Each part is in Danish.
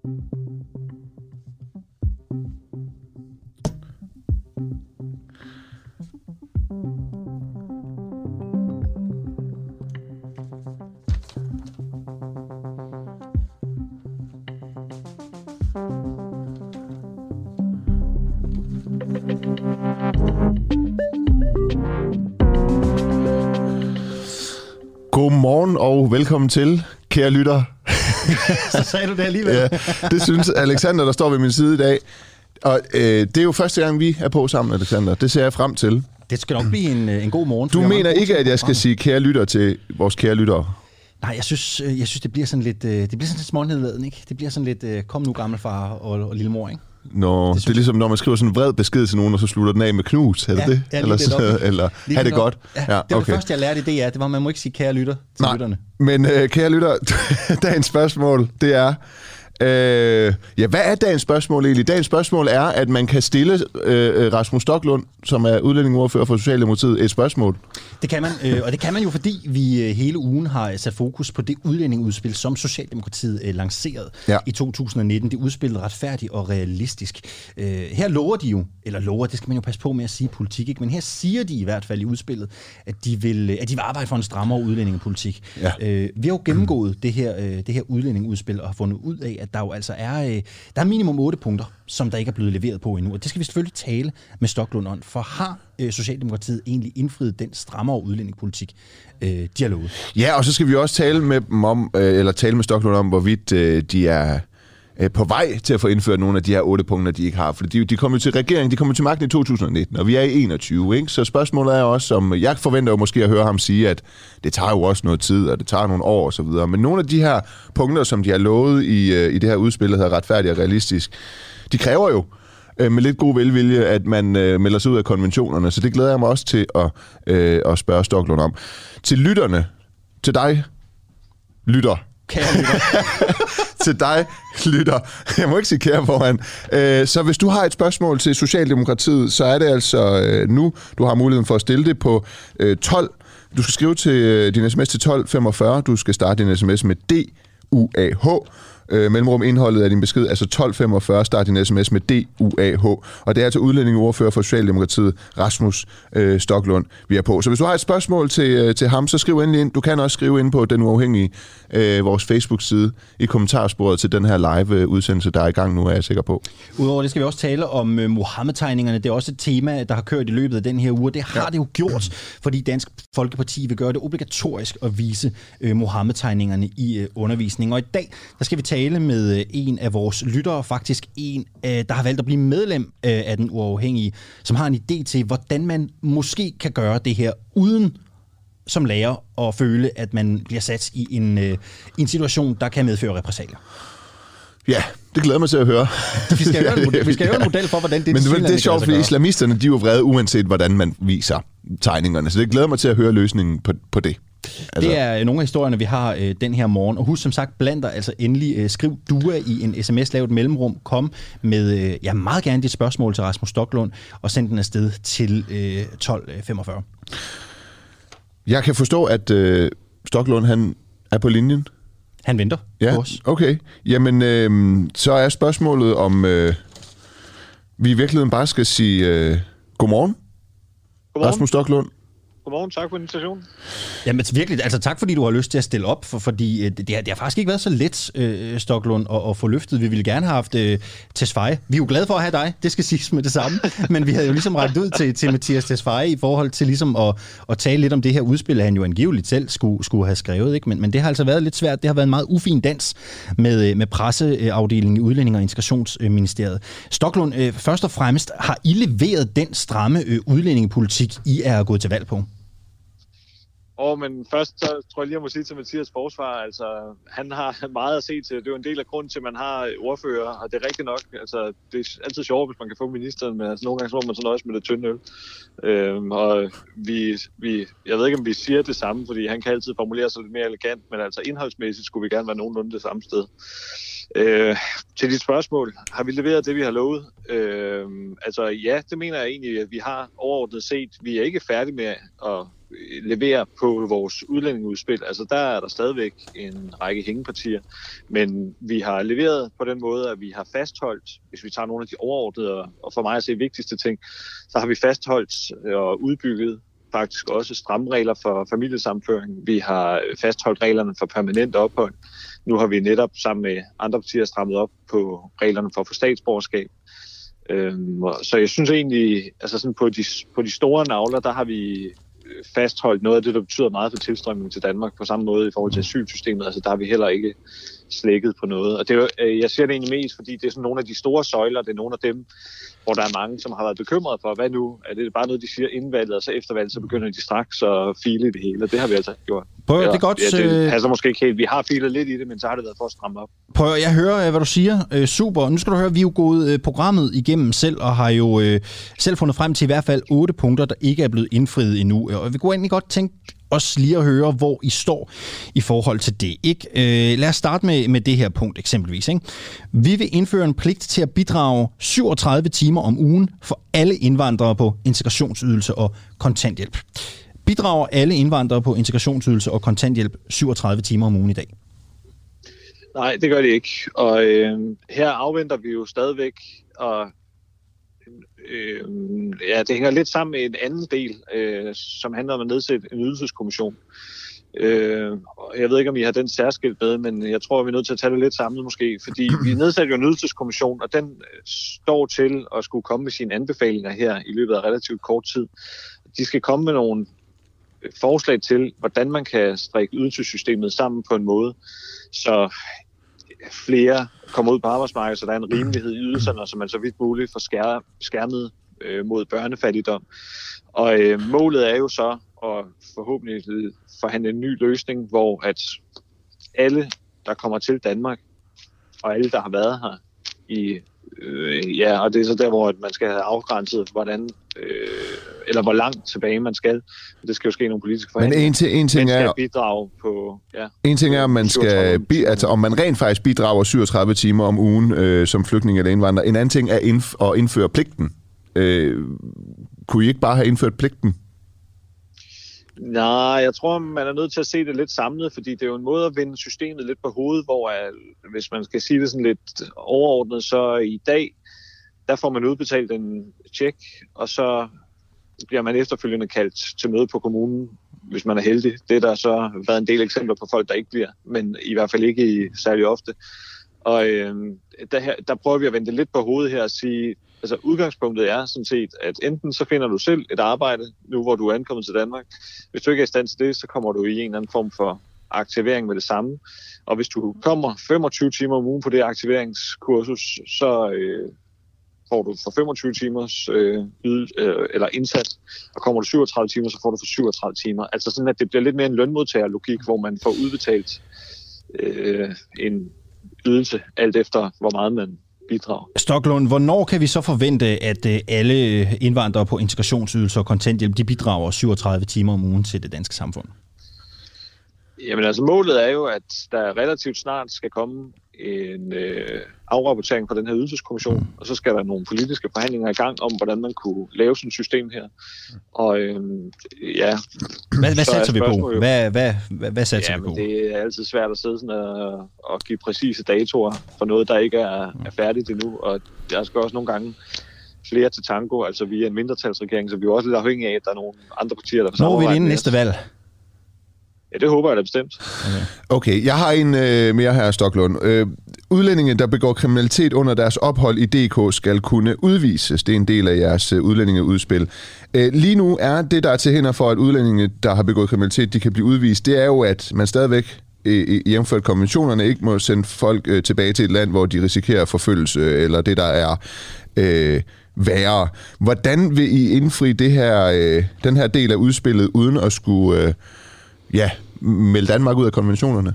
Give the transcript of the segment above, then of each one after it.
Godmorgen og velkommen til, kære lytter. Så sagde du det alligevel. Ja, det synes Alexander, der står ved min side i dag. Og det er jo første gang, vi er på sammen, Alexander. Det ser jeg frem til. Det skal nok blive en god morgen. Du mener ikke, at jeg skal sige kære lytter til vores kære lyttere? Nej, jeg synes det bliver sådan lidt, smånedladende, ikke? Det bliver sådan lidt, kom nu gammelfar og lillemor, ikke? Nå, det er ligesom, når man skriver sådan en vred besked til nogen, og så slutter den af med knus, er det det? Eller have det godt? Ja, det var det første, jeg lærte i DR, det var, at man må ikke sige kære lytter til lytterne. Men kære lytter, dagens spørgsmål, det er... hvad er dagens spørgsmål egentlig? Dagens spørgsmål er, at man kan stille Rasmus Stoklund, som er udlændingeordfører for Socialdemokratiet, et spørgsmål. Det kan man, og det kan man jo, fordi vi hele ugen har sat fokus på det udlændingeudspil, som Socialdemokratiet lancerede i 2019. Det udspil retfærdigt og realistisk. Her lover de jo, det skal man jo passe på med at sige politik, ikke? Men her siger de i hvert fald i udspillet, at de vil arbejde for en strammere udlændingepolitik. Ja. Vi har jo gennemgået det her udlændingeudspil og har fundet ud af, at der jo altså er minimum 8 punkter, som der ikke er blevet leveret på endnu. Og det skal vi selvfølgelig tale med Stoklund om, for har Socialdemokratiet egentlig indfriet den strammere udlændingepolitik, de har lovet? Ja, og så skal vi også tale med dem om, tale med Stoklund om, hvorvidt de er på vej til at få indført nogle af de her 8 punkter, de ikke har. For de kom jo til regeringen, de kom jo til magten i 2019, og vi er i 21, ikke? Så spørgsmålet er også, om jeg forventer jo måske at høre ham sige, at det tager jo også noget tid, og det tager nogle år og så videre. Men nogle af de her punkter, som de har lovet i det her udspil, der hedder retfærdigt og realistisk, de kræver jo med lidt god velvilje, at man melder sig ud af konventionerne. Så det glæder jeg mig også til at spørge Stoklund om. Til lytterne, til dig, lytter. Kære lytter. Til dig, lytter. Jeg må ikke sige kære foran. Så hvis du har et spørgsmål til Socialdemokratiet, så er det altså nu, du har muligheden for at stille det på 12. Du skal skrive til din sms til 1245. Du skal starte din sms med DUAH. Mellemrum indholdet af din besked, altså 1245, start din sms med DUAH. Og det er til udlændingeordfører for Socialdemokratiet, Rasmus Stoklund, vi er på. Så hvis du har et spørgsmål til ham, så skriv endelig ind. Du kan også skrive ind på Den Uafhængige, vores Facebook-side, i kommentarsporet til den her live-udsendelse, der er i gang nu, er jeg sikker på. Udover det skal vi også tale om Mohammed-tegningerne. Det er også et tema, der har kørt i løbet af den her uge. Det har det jo gjort, fordi Dansk Folkeparti vil gøre det obligatorisk at vise Mohammed-tegningerne i undervisning. Og i dag, der skal vi tale med en af vores lyttere, faktisk en, der har valgt at blive medlem af Den Uafhængige, som har en idé til, hvordan man måske kan gøre det her uden som lærer at føle, at man bliver sat i en situation, der kan medføre repressalier. Ja, det glæder mig til at høre. Vi skal høre en model for, hvordan det Men det er sjovt, fordi islamisterne, de er jo vrede, uanset hvordan man viser tegningerne. Så det glæder mig til at høre løsningen på det. Altså. Det er nogle af historierne, vi har den her morgen. Og husk som sagt, bland dig altså endelig. Skriv DUA i en sms, lav et mellemrum. Kom med meget gerne dit spørgsmål til Rasmus Stoklund, og send den afsted til 1245. Jeg kan forstå, at Stoklund, han er på linjen. Han venter på os. Okay. Jamen, så er spørgsmålet, om vi i virkeligheden bare skal sige godmorgen. Rasmus Stoklund. Godmorgen, tak for invitationen. Jamen virkelig, altså tak fordi du har lyst til at stille op, fordi det har faktisk ikke været så let, Stoklund, at få løftet. Vi ville gerne have haft Tesfaye. Vi er jo glade for at have dig, det skal siges med det samme, men vi havde jo ligesom rettet ud til Mathias Tesfaye i forhold til ligesom at tale lidt om det her udspil, han jo angiveligt selv skulle have skrevet, ikke? Men det har altså været lidt svært. Det har været en meget ufin dans med presseafdelingen i Udlændinge- og Integrationsministeriet. Stoklund, først og fremmest, har I leveret den stramme udlændingepolitik, I er gået til valg på? Men først så tror jeg lige, jeg må sige til Mathias forsvar, altså han har meget at se til. Det er jo en del af grunden til, at man har ordfører, og det er rigtigt nok. Altså det er altid sjovt, hvis man kan få ministeren, men altså, nogle gange så må man så nøjes med det tynde øl. Og jeg ved ikke, om vi siger det samme, fordi han kan altid formulere sig lidt mere elegant, men altså indholdsmæssigt skulle vi gerne være nogenlunde det samme sted. Til dit spørgsmål, har vi leveret det, vi har lovet? Altså ja, det mener jeg egentlig, at vi har overordnet set. Vi er ikke færdige med at levere på vores udlændingeudspil. Altså der er der stadigvæk en række hængepartier, men vi har leveret på den måde, at vi har fastholdt, hvis vi tager nogle af de overordnede og for mig at se vigtigste ting, så har vi fastholdt og udbygget faktisk også stramme regler for familiesammenføring. Vi har fastholdt reglerne for permanent ophold. Nu har vi netop sammen med andre partier strammet op på reglerne for at få statsborgerskab. Så jeg synes egentlig, altså sådan på de store navler, der har vi fastholdt noget af det, der betyder meget for tilstrømningen til Danmark, på samme måde i forhold til asylsystemet. Altså der har vi heller ikke slækket på noget. Og det er, jeg ser det egentlig mest, fordi det er sådan nogle af de store søjler, det er nogle af dem, hvor der er mange, som har været bekymrede for, hvad nu? Er det bare noget, de siger inden valget, og så efter valget, så begynder de straks at file i det hele. Det har vi altså gjort. Prøv, det er godt. Ja, det passer måske ikke helt. Vi har filet lidt i det, men så har det været for at stramme op. Prøv, jeg hører, hvad du siger. Super. Nu skal du høre, vi er jo gået programmet igennem selv, og har jo selv fundet frem til i hvert fald 8 punkter, der ikke er blevet indfriet endnu. Og vi kunne egentlig godt tænke også lige at høre, hvor I står i forhold til det. Ikke? Lad os starte med det her punkt eksempelvis. Ikke? Vi vil indføre en pligt til at bidrage 37 timer om ugen for alle indvandrere på integrationsydelse og kontanthjælp. Bidrager alle indvandrere på integrationsydelse og kontanthjælp 37 timer om ugen i dag? Nej, det gør det ikke. Og her afventer vi jo stadigvæk, og det hænger lidt sammen med en anden del, som handler om at nedsætte en ydelseskommission. Jeg ved ikke, om I har den særskilt med, men jeg tror, vi er nødt til at tage det lidt samlet måske, fordi vi nedsætter jo en ydelseskommission, og den står til at skulle komme med sine anbefalinger her i løbet af relativt kort tid. De skal komme med nogle forslag til, hvordan man kan strikke ydelsessystemet sammen på en måde, så flere kommer ud på arbejdsmarkedet, så der er en rimelighed i ydelserne, så man så vidt muligt får skærmet mod børnefattigdom. Og målet er jo så at forhåbentlig forhandle en ny løsning, hvor at alle, der kommer til Danmark, og alle, der har været her og det er så der, hvor man skal have afgrænset, hvordan eller hvor langt tilbage man skal. Det skal jo ske nogle politiske forhandlinger. Men en ting er bidrage på. Ja, en ting er, om man skal om man rent faktisk bidrager 37 timer om ugen som flygtning eller indvandrer. En anden ting er at indføre pligten. Kunne I ikke bare have indført pligten? Nej, jeg tror, man er nødt til at se det lidt samlet, fordi det er jo en måde at vende systemet lidt på hovedet, hvor hvis man skal sige det sådan lidt overordnet, så i dag, der får man udbetalt en check, og så bliver man efterfølgende kaldt til møde på kommunen, hvis man er heldig. Det er der så været en del eksempler på folk, der ikke bliver, men i hvert fald ikke særlig ofte. Og der prøver vi at vende det lidt på hovedet her og sige, altså udgangspunktet er sådan set, at enten så finder du selv et arbejde, nu hvor du er ankommet til Danmark. Hvis du ikke er i stand til det, så kommer du i en eller anden form for aktivering med det samme. Og hvis du kommer 25 timer om ugen på det aktiveringskursus, så får du for 25 timers eller indsats, og kommer du 37 timer, så får du for 37 timer. Altså sådan, at det bliver lidt mere en lønmodtagerlogik, hvor man får udbetalt en ydelse, alt efter hvor meget man bidrager. Stoklund, hvornår kan vi så forvente, at alle indvandrere på integrationsydelse og kontanthjælp, de bidrager 37 timer om ugen til det danske samfund? Jamen altså, målet er jo, at der relativt snart skal komme en afrapportering fra den her ydelseskommission, og så skal der nogle politiske forhandlinger i gang om, hvordan man kunne lave sådan et system her. Og Hvad satser vi på? Hvad satser vi på? Det er altid svært at sidde sådan og give præcise datoer for noget, der ikke er færdigt endnu, og der skal også nogle gange flere til tango. Altså, vi er en mindretalsregering, så vi er også lidt afhængige af, at der er nogle andre partier, der får samarbejde. Når vi det inden næste valg? Ja, det håber jeg da bestemt. Okay, jeg har en mere her, Stoklund. Udlændinge, der begår kriminalitet under deres ophold i DK, skal kunne udvises. Det er en del af jeres udlændingeudspil. Lige nu er det, der er til hinder for, at udlændinge, der har begået kriminalitet, de kan blive udvist, det er jo, at man stadigvæk jævnfør konventionerne ikke må sende folk tilbage til et land, hvor de risikerer forfølgelse, eller det, der er værre. Hvordan vil I indfri det her, den her del af udspillet, uden at skulle melde Danmark ud af konventionerne?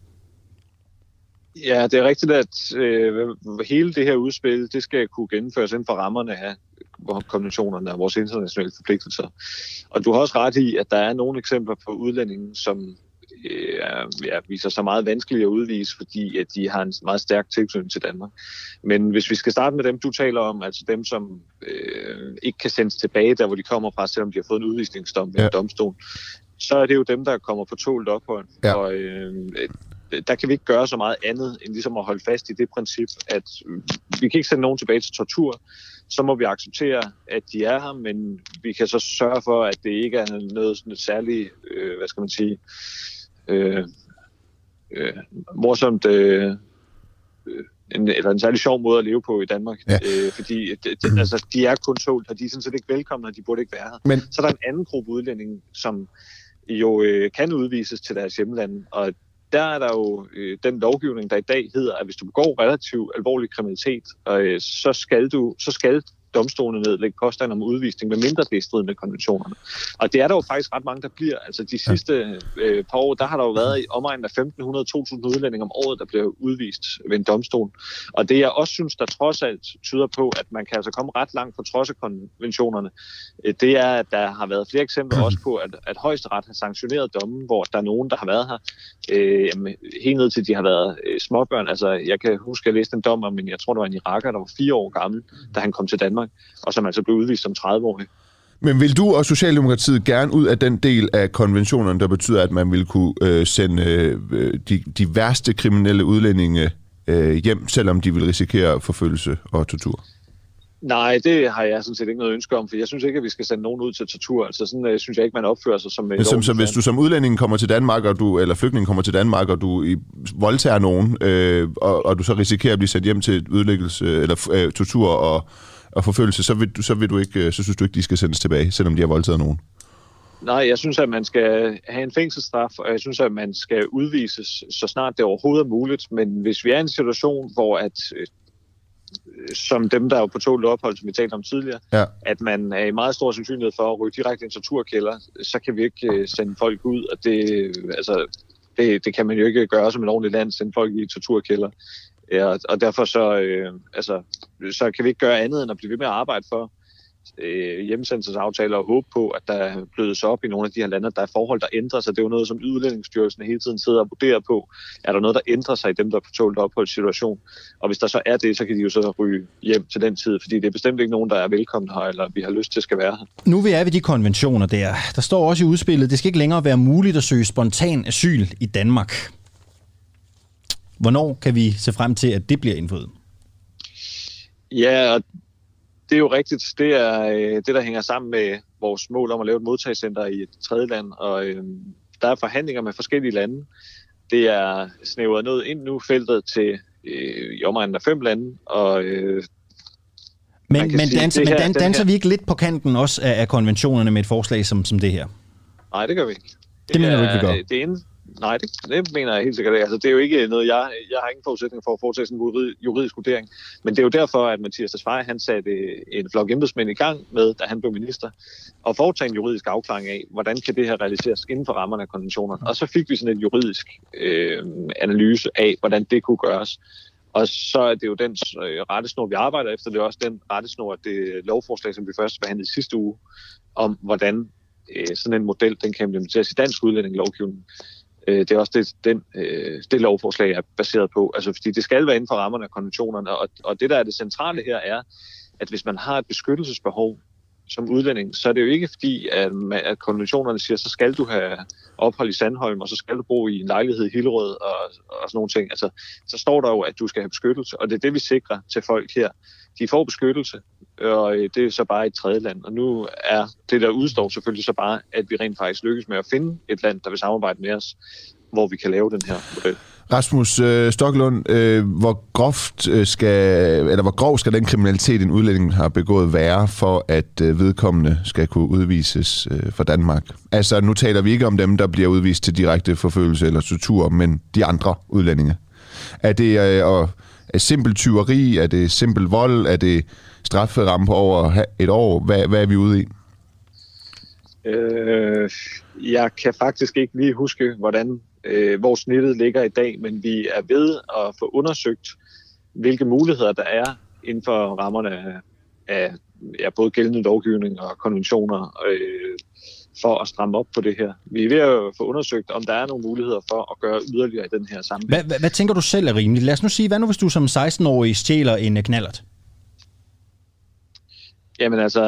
Ja, det er rigtigt, at hele det her udspil, det skal kunne gennemføres inden for rammerne af konventionerne og vores internationale forpligtelser. Og du har også ret i, at der er nogle eksempler på udlændinge, som viser sig meget vanskelige at udvise, fordi at de har en meget stærk tilknytning til Danmark. Men hvis vi skal starte med dem, du taler om, altså dem, som ikke kan sendes tilbage, der hvor de kommer fra, selvom de har fået en udvisningsdom ved en domstol, så er det jo dem, der kommer på tålt ophold. Ja. Og der kan vi ikke gøre så meget andet, end ligesom at holde fast i det princip, at vi kan ikke sende nogen tilbage til tortur. Så må vi acceptere, at de er her, men vi kan så sørge for, at det ikke er noget sådan et særligt, morsomt, eller en særlig sjov måde at leve på i Danmark. Ja. Fordi altså, de er kun tålt, og de er sådan set ikke velkomne, og de burde ikke være her. Men så er der en anden gruppe udlændinge, som jo kan udvises til deres hjemlande, og der er der jo den lovgivning, der i dag hedder, at hvis du begår relativt alvorlig kriminalitet, så skal domstolene nedlægge påstand om udvisning, medmindre det er i strid med konventionerne. Og det er der jo faktisk ret mange, der bliver. Altså de sidste par år, der har der jo været i omegnen af 1.500-2.000 udlændinge om året, der bliver udvist ved en domstol. Og det jeg også synes, der trods alt tyder på, at man kan altså komme ret langt på trods af konventionerne, det er, at der har været flere eksempler også på, at Højesteret har sanktioneret dommen, hvor der er nogen, der har været her, helt ned til de har været småbørn. Altså jeg kan huske, at jeg læste en dom om, men jeg tror, det var en iraker, der var 4 år gammel, da han kom til Danmark, og som altså blev udvist som 30-årig. Men vil du og Socialdemokratiet gerne ud af den del af konventionerne, der betyder, at man vil kunne sende de værste kriminelle udlændinge hjem, selvom de vil risikere forfølgelse og tortur? Nej, det har jeg sådan set ikke noget ønske om, for jeg synes ikke, at vi skal sende nogen ud til tortur. Altså sådan synes jeg ikke, man opfører sig som... Så hvis du som udlænding kommer til Danmark, eller flygtning kommer til Danmark, og du voldtager nogen, og du så risikerer at blive sendt hjem til udlæggelse eller tortur og forfølgelse, så synes du ikke, de skal sendes tilbage, selvom de har voldtaget nogen? Nej, jeg synes, at man skal have en fængselsstraf, og jeg synes, at man skal udvises, så snart det overhovedet er muligt. Men hvis vi er i en situation, hvor som dem, der er jo på tålt ophold, som vi talte om tidligere, at man er i meget stor sandsynlighed for at ryge direkte i en torturkælder, så kan vi ikke sende folk ud, og det kan man jo ikke gøre som et ordentligt land, sende folk i torturkælder. Ja, og derfor så kan vi ikke gøre andet end at blive ved med at arbejde for hjemsendelsesaftaler og håbe på, at der blødes op i nogle af de her lande, der er forhold, der ændrer sig. Det er jo noget, som Udlændingsstyrelsen hele tiden sidder og vurderer på. Er der noget, der ændrer sig i dem, der er på tålt opholdssituation? Og hvis der så er det, så kan de jo så ryge hjem til den tid, fordi det er bestemt ikke nogen, der er velkommen her, eller vi har lyst til skal være her. Nu vi er ved de konventioner der står også i udspillet, det skal ikke længere være muligt at søge spontan asyl i Danmark. Hvornår kan vi se frem til, at det bliver indfriet? Ja, og det er jo rigtigt. Det er det, der hænger sammen med vores mål om at lave et modtagscenter i et tredje land, og der er forhandlinger med forskellige lande. Det er snævret noget ind nu, feltet til i omegnen af 5 lande, og Men danser vi ikke lidt på kanten også af konventionerne med et forslag som det her? Nej, det gør vi ikke. Det mener du ikke, vi gør? Nej, det mener jeg helt sikkert ikke. Altså, det er jo ikke noget, jeg har ingen forudsætning for at foretage sådan en juridisk vurdering. Men det er jo derfor, at Mathias Tesfaye, han satte en flok embedsmænd i gang med, da han blev minister, og foretage en juridisk afklaring af, hvordan kan det her realiseres inden for rammerne af konventionerne. Og så fik vi sådan en juridisk analyse af, hvordan det kunne gøres. Og så er det jo den rettesnor, vi arbejder efter. Det er også den rettesnor, det lovforslag, som vi først behandlede sidste uge, om hvordan sådan en model, den kan implementeres i dansk udlændingelovgivning. Det er også det lovforslag er baseret på. Altså, fordi det skal være inden for rammerne af konventionerne. Og det, der er det centrale her, er, at hvis man har et beskyttelsesbehov som udlænding, så er det jo ikke fordi, at konventionerne siger, så skal du have ophold i Sandholm, og så skal du bo i en lejlighed i Hillerød og sådan nogle ting. Altså, så står der jo, at du skal have beskyttelse, og det er det, vi sikrer til folk her. De får beskyttelse, og det er så bare et tredje land. Og nu er det, der udstår selvfølgelig så bare, at vi rent faktisk lykkes med at finde et land, der vil samarbejde med os, hvor vi kan lave den her model. Rasmus Stoklund, hvor grov skal den kriminalitet, en udlænding har begået, være, for at vedkommende skal kunne udvises fra Danmark? Altså, nu taler vi ikke om dem, der bliver udvist til direkte forfølgelse eller tortur, men de andre udlændinge. Er det simpel tyveri? Er det simpel vold? Er det strafferamme på over 1 år? Hvad er vi ude i? Jeg kan faktisk ikke lige huske, hvor snittet ligger i dag, men vi er ved at få undersøgt, hvilke muligheder der er inden for rammerne af både gældende lovgivning og konventioner for at stramme op på det her. Vi er ved at få undersøgt, om der er nogle muligheder for at gøre yderligere i den her sammenhæng. Hvad tænker du selv er rimeligt? Lad os nu sige, hvad nu hvis du som 16-årig stjæler en knallert? Jamen altså,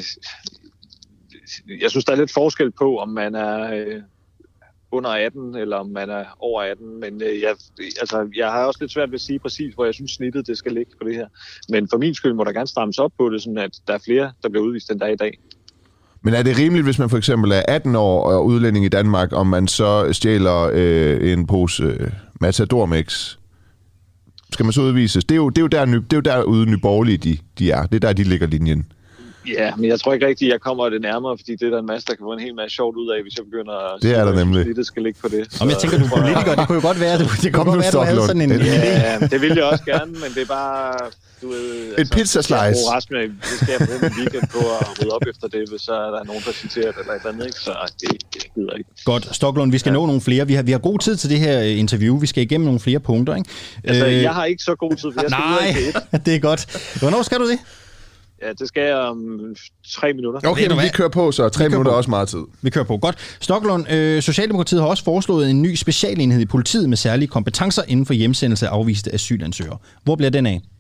jeg synes, der er lidt forskel på, om man er under 18, eller om man er over 18, men jeg har også lidt svært ved at sige præcis, hvor jeg synes snittet det skal ligge på det her. Men for min skyld må der gerne strammes op på det, sådan at der er flere, der bliver udvist, end der er i dag. Men er det rimeligt, hvis man for eksempel er 18 år og udlænding i Danmark, om man så stjæler en pose Matador-mix? Skal man så udvises? Det er jo derude Nye Borgerlige, de er. Det er der, de ligger linjen. Ja, men jeg tror ikke rigtigt, at jeg kommer det nærmere, fordi det er der en masse, der kan få en hel masse sjovt ud af, hvis jeg begynder at det er der nemlig. Det skal ligge på det. Om jeg tænker, du er politiker, det kunne jo godt være, du havde sådan en idé. Ja, det vil jeg også gerne, men det er bare... Du ved, et pizzaslice. Det skal jeg bruge min weekend på at rydde op efter det, hvis så er der nogen, der citerer det eller et eller andet, ikke? Så det gider ikke. Godt. Stocklund, vi skal nå nogle flere. Vi har god tid til det her interview. Vi skal igennem nogle flere punkter, ikke? Altså, jeg har ikke så god tid, for jeg skal videre til det er godt. Hvornår skal du det? Ja, det skal jeg om 3 minutter. Okay, men vi kører på, så 3 minutter er også meget tid. Vi kører på. Godt. Stocklund, Socialdemokratiet har også foreslået en ny specialenhed i politiet med særlige kompetencer inden for hjemsendelse af afviste asylansøgere. Hvor bliver den af?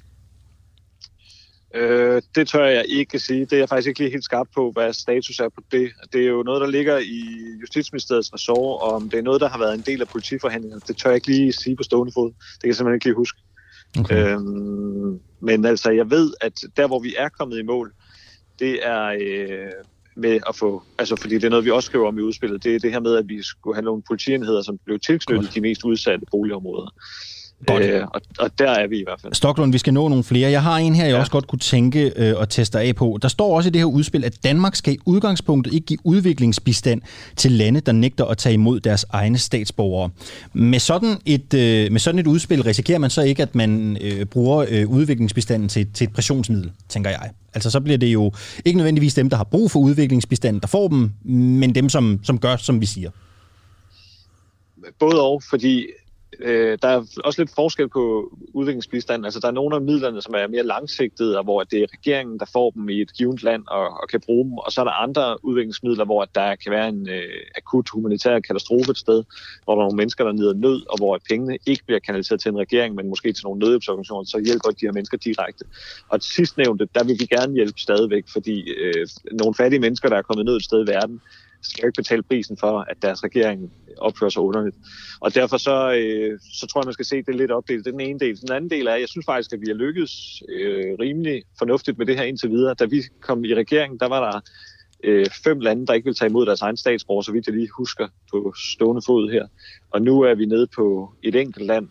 Det tør jeg ikke sige. Det er jeg faktisk ikke lige helt skarp på, hvad status er på det. Det er jo noget, der ligger i Justitsministeriets ressort, og om det er noget, der har været en del af politiforhandlingerne. Det tør jeg ikke lige sige på stående fod. Det kan jeg simpelthen ikke lige huske. Okay. Men altså, jeg ved, at der, hvor vi er kommet i mål, det er med at få... Altså, fordi det er noget, vi også skriver om i udspillet. Det er det her med, at vi skulle have nogle politienheder, som blev tilknyttet de mest udsatte boligområder. Og der er vi i hvert fald. Stocklund, vi skal nå nogle flere. Jeg har en her, jeg også godt kunne tænke at teste af på. Der står også i det her udspil, at Danmark skal i udgangspunktet ikke give udviklingsbistand til lande, der nægter at tage imod deres egne statsborgere. Med sådan et udspil risikerer man så ikke, at man bruger udviklingsbistanden til et pressionsmiddel, tænker jeg. Altså så bliver det jo ikke nødvendigvis dem, der har brug for udviklingsbistanden, der får dem, men dem, som gør, som vi siger. Både og, fordi der er også lidt forskel på udviklingsbistanden. Altså, der er nogle af midlerne, som er mere langsigtede, og hvor det er regeringen, der får dem i et givet land og kan bruge dem. Og så er der andre udviklingsmidler, hvor der kan være en akut humanitær katastrofe et sted, hvor der er nogle mennesker, der lider nød, og hvor pengene ikke bliver kanaliseret til en regering, men måske til nogle nødhjælpsorganisationer, så hjælper de her mennesker direkte. Og til sidstnævnte, der vil vi gerne hjælpe stadigvæk, fordi nogle fattige mennesker, der er kommet nød et sted i verden, skal jo ikke betale prisen for, at deres regering opfører sig underligt. Og derfor så tror jeg, man skal se det lidt opdelt. Det er den ene del. Den anden del er, jeg synes faktisk, at vi har lykkedes rimelig fornuftigt med det her indtil videre. Da vi kom i regeringen, der var der 5 lande, der ikke ville tage imod deres egen statsborger, så vidt jeg lige husker på stående fod her. Og nu er vi nede på et enkelt land,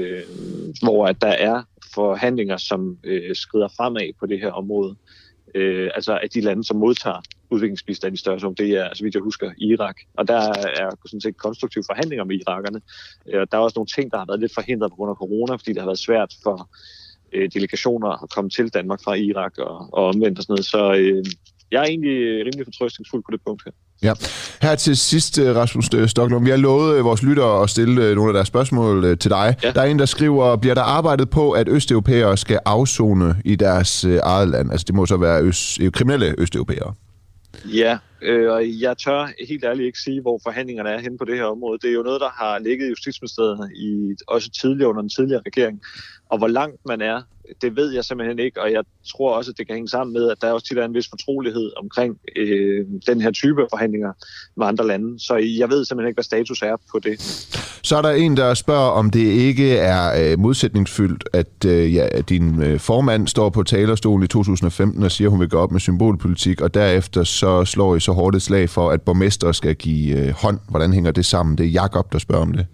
hvor at der er forhandlinger, som skrider fremad på det her område. Altså at de lande, som modtager udviklingsbistand i større sum, det er, så vidt jeg husker, Irak. Og der er sådan set konstruktive forhandlinger med irakerne. Der er også nogle ting, der har været lidt forhindret på grund af corona, fordi det har været svært for delegationer at komme til Danmark fra Irak og omvendt og sådan noget. Så jeg er egentlig rimelig fortrøstningsfuld på det punkt her. Ja. Her til sidst, Rasmus Stocklund, vi har lovet vores lyttere at stille nogle af deres spørgsmål til dig. Ja. Der er en, der skriver, bliver der arbejdet på, at østeuropæere skal afsone i deres eget land? Altså det må så være kriminelle østeuropæere. Ja, og jeg tør helt ærligt ikke sige, hvor forhandlingerne er henne på det her område. Det er jo noget, der har ligget i Justitsministeriet også tidligere under den tidligere regering. Og hvor langt man er, det ved jeg simpelthen ikke, og jeg tror også, at det kan hænge sammen med, at der også tit er en vis fortrolighed omkring den her type forhandlinger med andre lande. Så jeg ved simpelthen ikke, hvad status er på det. Så er der en, der spørger, om det ikke er modsætningsfyldt, at din formand står på talerstolen i 2015 og siger, at hun vil gå op med symbolpolitik, og derefter så slår I så hårdt et slag for, at borgmester skal give hånd. Hvordan hænger det sammen? Det er Jakob, der spørger om det.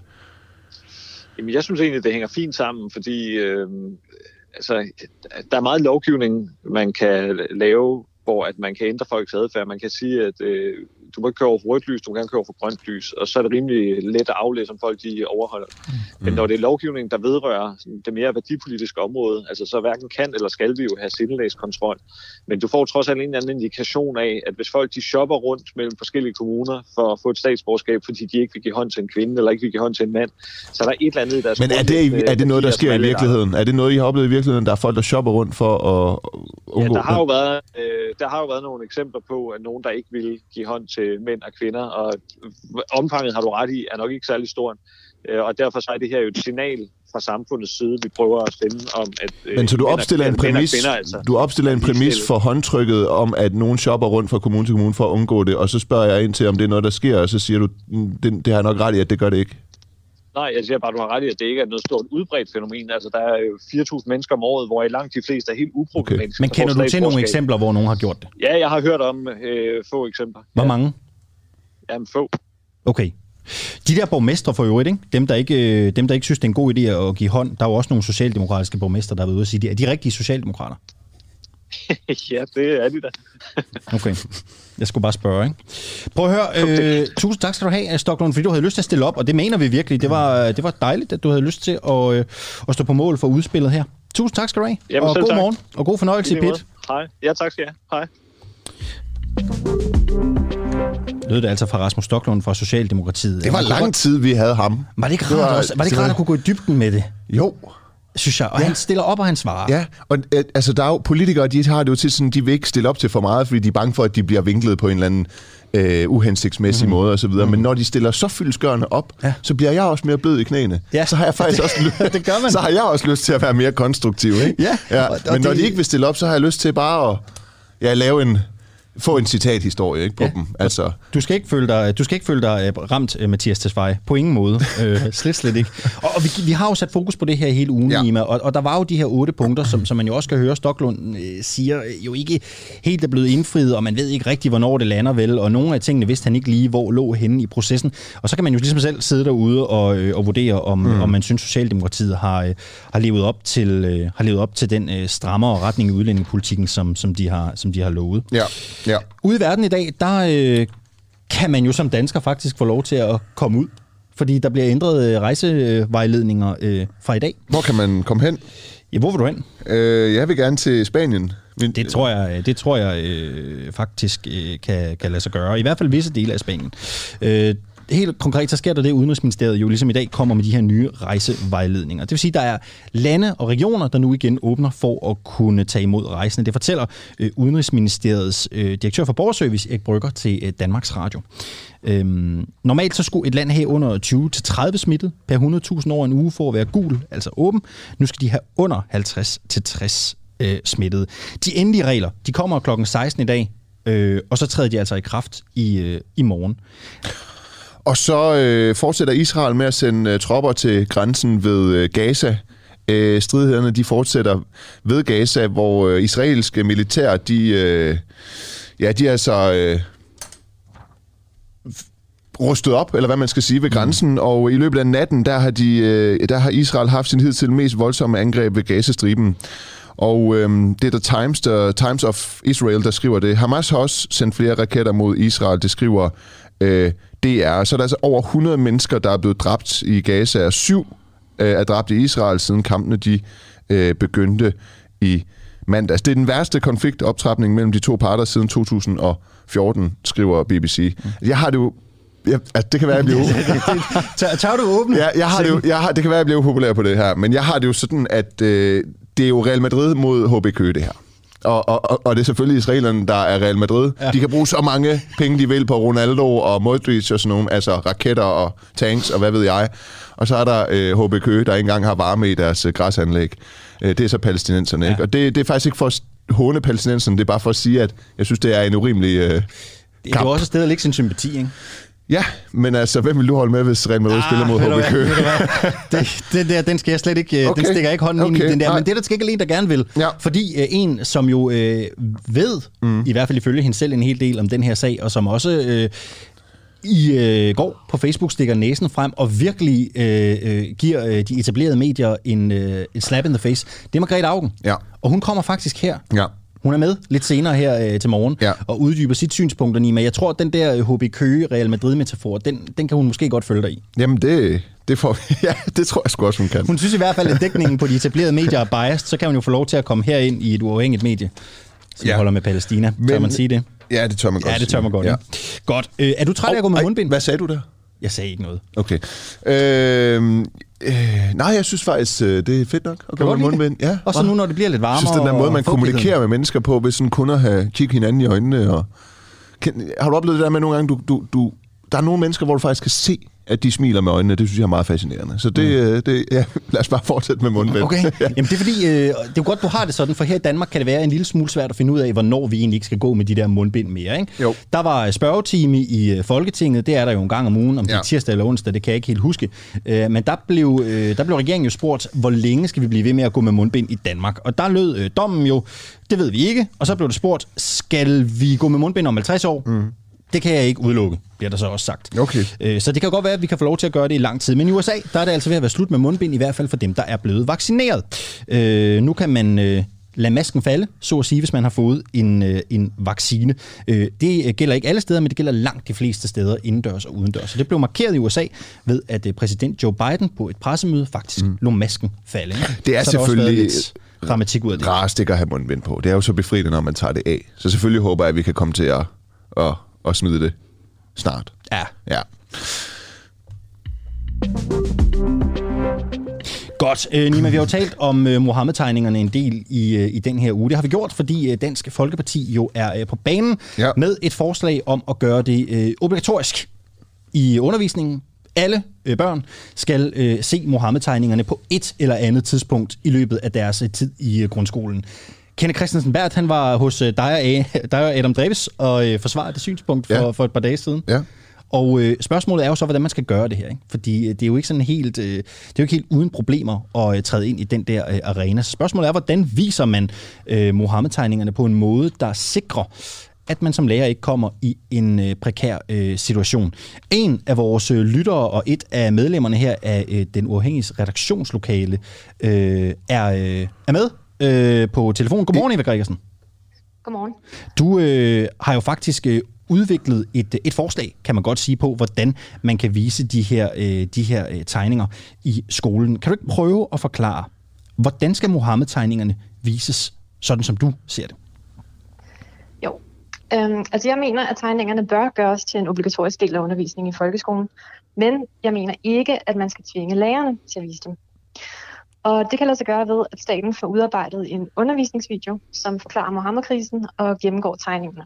Jamen, jeg synes egentlig, det hænger fint sammen, fordi der er meget lovgivning, man kan lave, hvor at man kan ændre folks adfærd. Man kan sige, at du må ikke køre over for rødt lys, du kan køre over for grønt lys, og så er det rimelig let at aflæse, om folk de overholder. Men når det er lovgivning, der vedrører det mere værdipolitiske område, altså så hverken kan eller skal vi jo have sindelagskontrol. Men du får trods alt en eller anden indikation af, at hvis folk de shopper rundt mellem forskellige kommuner for at få et statsborgerskab, fordi de ikke vil give hånd til en kvinde eller ikke vil give hånd til en mand, så er der et eller andet i deres... Men er det noget, der sker i virkeligheden? Er det noget, I har oplevet i virkeligheden? Der er folk, der shopper rundt for at undgå? Ja, der der har jo været nogle eksempler på, at nogen, der ikke vil give hånd til mænd og kvinder, og omfanget, har du ret i, er nok ikke særlig stort. Og derfor så er det her jo et signal fra samfundets side, vi prøver at sende om, at... Men så du opstiller en præmis for håndtrykket om, at nogen shopper rundt fra kommune til kommune for at undgå det, og så spørger jeg ind til, om det er noget, der sker, og så siger du, det har jeg nok ret i, at det gør det ikke. Nej, jeg siger bare, du har ret i, at det ikke er noget stort udbredt fænomen. Altså, der er jo 4.000 mennesker om året, hvor i langt de fleste er helt uproblematiske. Okay. Men kender du til nogle eksempler, hvor nogen har gjort det? Ja, jeg har hørt om få eksempler. Hvor mange? Jamen, få. Okay. De der borgmestre for øvrigt, ikke? Dem, der ikke synes, det er en god idé at give hånd, der er jo også nogle socialdemokratiske borgmestre, der har været ude at sige, er de rigtige socialdemokrater? Ja, det er de da. Okay. Jeg skulle bare spørge, ikke? Prøv at høre. Tusind tak skal du have, Stoklund, fordi du havde lyst til at stille op, og det mener vi virkelig. Det var dejligt, at du havde lyst til at stå på mål for udspillet her. Tusind tak skal du have, jamen, og god morgen, og god fornøjelse i pit. Hej. Ja, tak skal jeg. Hej. Lød det altså fra Rasmus Stoklund fra Socialdemokratiet. Det var lang tid, vi havde ham. Var det ikke rart at kunne gå i dybden med det? Jo. Synes jeg. Og han stiller op, og han svarer. Ja, og altså, der er jo politikere, de har det jo til sådan, de vil ikke stille op til for meget, fordi de er bange for, at de bliver vinklet på en eller anden uhensigtsmæssig måde og så videre. Men når de stiller så fyldestgørende op, så bliver jeg også mere blød i knæene. Ja. Så har jeg faktisk det gør man. Så har jeg også lyst til at være mere konstruktiv, ikke? Ja. Men når de ikke vil stille op, så har jeg lyst til bare at få en citathistorie, ikke, på dem. Altså. Du skal ikke føle dig ramt, Mathias Tesfaye. På ingen måde. Slet ikke. Og vi har jo sat fokus på det her hele ugen, Nima, og der var jo de her 8 punkter, som man jo også kan høre, Stoklund siger, jo ikke helt er blevet indfriet, og man ved ikke rigtig, hvornår det lander vel, og nogle af tingene vidste han ikke lige, hvor lå henne i processen. Og så kan man jo ligesom selv sidde derude og vurdere, om man synes, Socialdemokratiet har levet op til den strammere retning i udlændingepolitikken, som de har lovet. Ja. Ude i verden i dag, der kan man jo som dansker faktisk få lov til at komme ud, fordi der bliver ændret rejsevejledninger fra i dag. Hvor kan man komme hen? Ja, hvor vil du hen? Jeg vil gerne til Spanien. Det tror jeg faktisk kan lade sig gøre. I hvert fald visse dele af Spanien. Helt konkret, så sker der det, Udenrigsministeriet jo ligesom i dag kommer med de her nye rejsevejledninger. Det vil sige, at der er lande og regioner, der nu igen åbner for at kunne tage imod rejsende. Det fortæller Udenrigsministeriets direktør for borgerservice, Erik Brygger, til Danmarks Radio. Normalt så skulle et land have under 20-30 smittet per 100.000 over en uge for at være gul, altså åben. Nu skal de have under 50-60 smittet. De endelige regler, de kommer klokken 16 i dag, og så træder de altså i kraft i morgen. Og så fortsætter Israel med at sende tropper til grænsen ved Gaza. Stridighederne, de fortsætter ved Gaza, hvor israelske militær, de er altså rustet op, eller hvad man skal sige, ved grænsen. Og i løbet af natten, der har Israel haft sin hidtil mest voldsomme angreb ved Gazastriben. Og det er The Times of Israel, der skriver det. Hamas har også sendt flere raketter mod Israel, det skriver DR. Så er der altså over 100 mennesker, der er blevet dræbt i Gaza, og 7 er dræbt i Israel, siden kampene de begyndte i mandags. Det er den værste konfliktoptrapning mellem de to parter siden 2014, skriver BBC. Jeg har det jo... det kan være, at jeg bliver... Tør du åbne? Ja, det kan være, at jeg bliver upopulær på det her, men jeg har det jo sådan, at det er jo Real Madrid mod HB Køge, det her. Og det er selvfølgelig israelerne, der er Real Madrid. Ja. De kan bruge så mange penge, de vil på Ronaldo og Modric og sådan nogle, altså raketter og tanks og hvad ved jeg. Og så er der HB Køge, der ikke engang har varme i deres græsanlæg. Det er så palæstinenserne, ikke? Og det er faktisk ikke for at håne palæstinenserne, det er bare for at sige, at jeg synes, det er en urimelig kamp. Det er jo også et sted at lægge sin sympati, ikke? Ja, men altså, hvem vil du holde med, hvis Real Madrid spiller mod HB Køge? Den skal jeg slet ikke, den stikker jeg ikke hånden ind i, den der. Nej. Men det er der til gengæld en, der gerne vil. Ja. Fordi en, som jo ved, i hvert fald ifølge hende selv, en hel del om den her sag, og som også i går på Facebook stikker næsen frem og virkelig giver de etablerede medier en slap in the face, det er Margrethe Auken. Ja. Og hun kommer faktisk her. Ja. Hun er med lidt senere her til morgen og uddyber sit synspunkt, men jeg tror, at den der HB Køge Real Madrid-metafor, den kan hun måske godt følge dig i. Jamen, det tror jeg sgu også, hun kan. Hun synes i hvert fald, at dækningen på de etablerede medier er biased, så kan hun jo få lov til at komme herind i et uafhængigt medie, som holder med Palæstina. Tør man sige det? Ja, det tør man godt. Ja, det tør man godt. Ja. Godt. Er du træt af at gå med mundbind? Hvad sagde du der? Jeg sagde ikke noget. Okay. Nej, jeg synes faktisk, det er fedt nok at gå med mundbind. Ja, og så nu, når det bliver lidt varmere. Jeg synes, den der måde, man kommunikerer med mennesker på, ved sådan kun at have kigge hinanden i øjnene. Og har du oplevet det der med nogle gange, der er nogle mennesker, hvor du faktisk kan se, at de smiler med øjnene? Det synes jeg er meget fascinerende. Så lad os bare fortsætte med mundbind. Okay. Jamen, det er fordi, det er jo godt, du har det sådan, for her i Danmark kan det være en lille smule svært at finde ud af, hvornår vi egentlig ikke skal gå med de der mundbind mere. Ikke? Jo. Der var spørgetime i Folketinget, det er der jo en gang om ugen, om det er tirsdag eller onsdag, det kan jeg ikke helt huske. Men der blev regeringen jo spurgt, hvor længe skal vi blive ved med at gå med mundbind i Danmark? Og der lød dommen jo, det ved vi ikke. Og så blev det spurgt, skal vi gå med mundbind om 50 år? Mm. Det kan jeg ikke udelukke, bliver der så også sagt. Okay. Så det kan godt være, at vi kan få lov til at gøre det i lang tid. Men i USA, der er det altså ved at være slut med mundbind, i hvert fald for dem, der er blevet vaccineret. Nu kan man lade masken falde, så at sige, hvis man har fået en vaccine. Det gælder ikke alle steder, men det gælder langt de fleste steder, indendørs og udendørs. Så det blev markeret i USA ved, at præsident Joe Biden på et pressemøde faktisk lå masken falde. Det er så selvfølgelig dramatik ud af det. Rarest ikke at have mundbind på. Det er jo så befriende, når man tager det af. Så selvfølgelig håber jeg, at vi kan komme til at smide det snart. Ja. Godt. Nima, vi har jo talt om Mohammed-tegningerne en del i den her uge. Det har vi gjort, fordi Dansk Folkeparti jo er på banen med et forslag om at gøre det obligatorisk i undervisningen. Alle børn skal se Mohammed-tegningerne på et eller andet tidspunkt i løbet af deres tid i grundskolen. Kenneth Kristensen Berth, han var hos dig og Adam Davis og forsvarede det synspunkt for et par dage siden. Ja. Og spørgsmålet er jo så, hvordan man skal gøre det her. Ikke? Fordi det er jo ikke sådan helt, det er jo ikke helt uden problemer at træde ind i den der arena. Så spørgsmålet er, hvordan viser man Mohammed-tegningerne på en måde, der sikrer, at man som lærer ikke kommer i en prekær situation. En af vores lyttere og et af medlemmerne her af Den Uafhængige redaktionslokale er med på telefon. Godmorgen, Eva Gregersen. Godmorgen. Du har jo faktisk udviklet et forslag, kan man godt sige, på, hvordan man kan vise de her tegninger i skolen. Kan du ikke prøve at forklare, hvordan skal Mohammed-tegningerne vises, sådan som du ser det? Jo. Altså jeg mener, at tegningerne bør gøres til en obligatorisk del af undervisningen i folkeskolen, men jeg mener ikke, at man skal tvinge lærerne til at vise dem. Og det kan lade sig gøre ved, at staten får udarbejdet en undervisningsvideo, som forklarer Mohammed-krisen og gennemgår tegningerne.